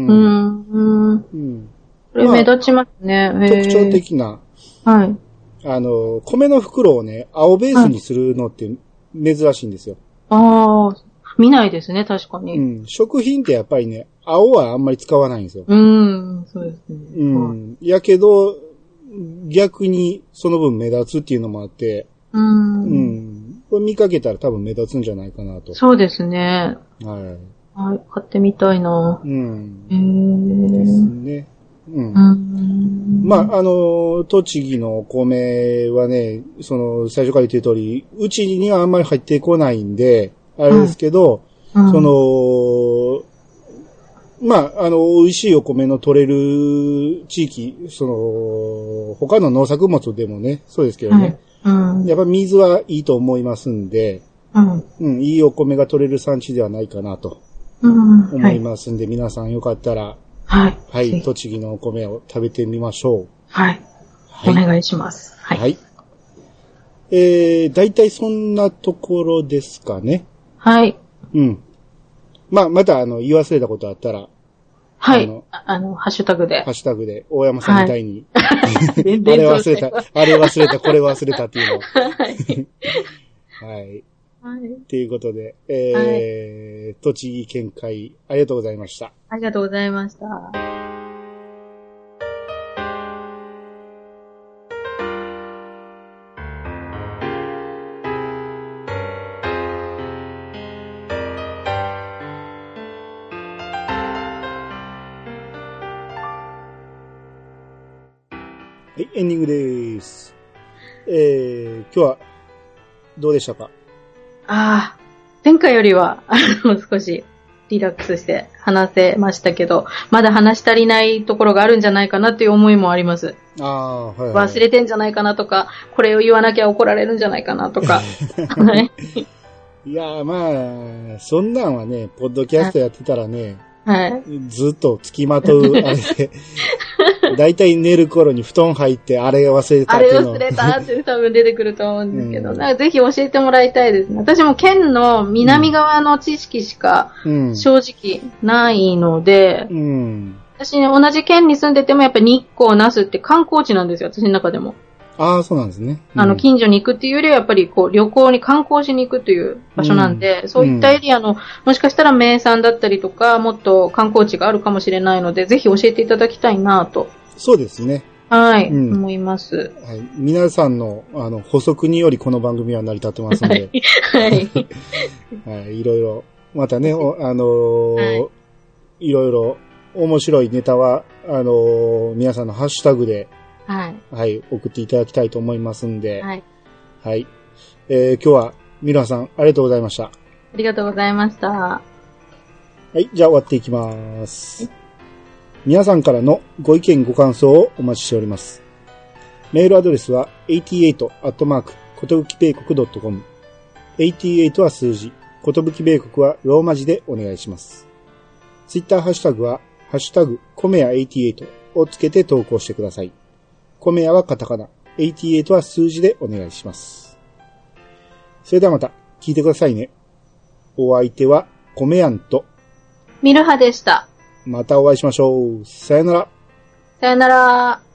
S2: れ目立ちますね。
S1: 特徴的な。米の袋をね、青ベースにするのって珍しいんですよ。
S2: 見ないですね、確かに。
S1: 食品ってやっぱりね、青はあんまり使わないんですよ。
S2: そうです
S1: ね。やけど、逆にその分目立つっていうのもあって、これ見かけたら多分目立つんじゃないかなと。
S2: そうですね。買ってみたいな。
S1: ですね。 ね。うん。まあ、栃木のお米はね、最初から言ってる通り、うちにはあんまり入ってこないんで、あれですけど、まあ、美味しいお米の取れる地域、他の農作物でもね、そうですけどね。やっぱ水はいいと思いますんで、いいお米が取れる産地ではないかなと思いますんで、皆さんよかったら、はい、栃木のお米を食べてみましょう。
S2: はい。お願いします。はい。
S1: だいたいそんなところですかね。
S2: はい。
S1: まあ、また言い忘れたことあったら、
S2: はい。ハッシュタグで。
S1: ハッシュタグで、大山さんみたいに、あれ忘れた、あれ忘れた、これ忘れたっていうのを。はい。はい。ということで、栃木県会、ありがとうございました。
S2: ありがとうございました。
S1: はい、エンディングです。今日は、どうでしたか？
S2: 前回よりは、少しリラックスして話せましたけど、まだ話し足りないところがあるんじゃないかなっていう思いもあります。
S1: はいはい、
S2: 忘れてんじゃないかなとか、これを言わなきゃ怒られるんじゃないかなとか。はい。
S1: いや、まあ、そんなんはね、ポッドキャストやってたらね、はい、ずっと付きまとう、あれで、だいたい寝る頃に布団入って、あれ忘れたっていうの。
S2: あれ忘れたって多分出てくると思うんですけど、ぜひ教えてもらいたいですね。私も県の南側の知識しか正直ないので、私ね、同じ県に住んでてもやっぱり日光那須って観光地なんですよ、私の中でも。
S1: そうなんですね。
S2: 近所に行くっていうよりはやっぱり旅行に観光しに行くという場所なんで、そういったエリアの、もしかしたら名産だったりとか、もっと観光地があるかもしれないので、ぜひ教えていただきたいなと。
S1: そうですね。
S2: はい、思います。
S1: はい。皆さんの、補足によりこの番組は成り立ってますので。はい。はい。いろいろ、またね、いろいろ面白いネタは、皆さんのハッシュタグで、はい、送っていただきたいと思いますんで、はい。はい。今日は、ミラさん、ありがとうございました。
S2: ありがとうございました。
S1: はい、じゃあ終わっていきます。皆さんからのご意見ご感想をお待ちしております。メールアドレスは 88@kotobukibeikoku.com 88は数字、ことぶき米国はローマ字でお願いします。ツイッターハッシュタグは、ハッシュタグ、コメヤ88をつけて投稿してください。コメヤはカタカナ、88は数字でお願いします。それではまた、聞いてくださいね。お相手は、コメヤンと、
S2: ミルハでした。
S1: またお会いしましょう。さよなら。
S2: さよなら。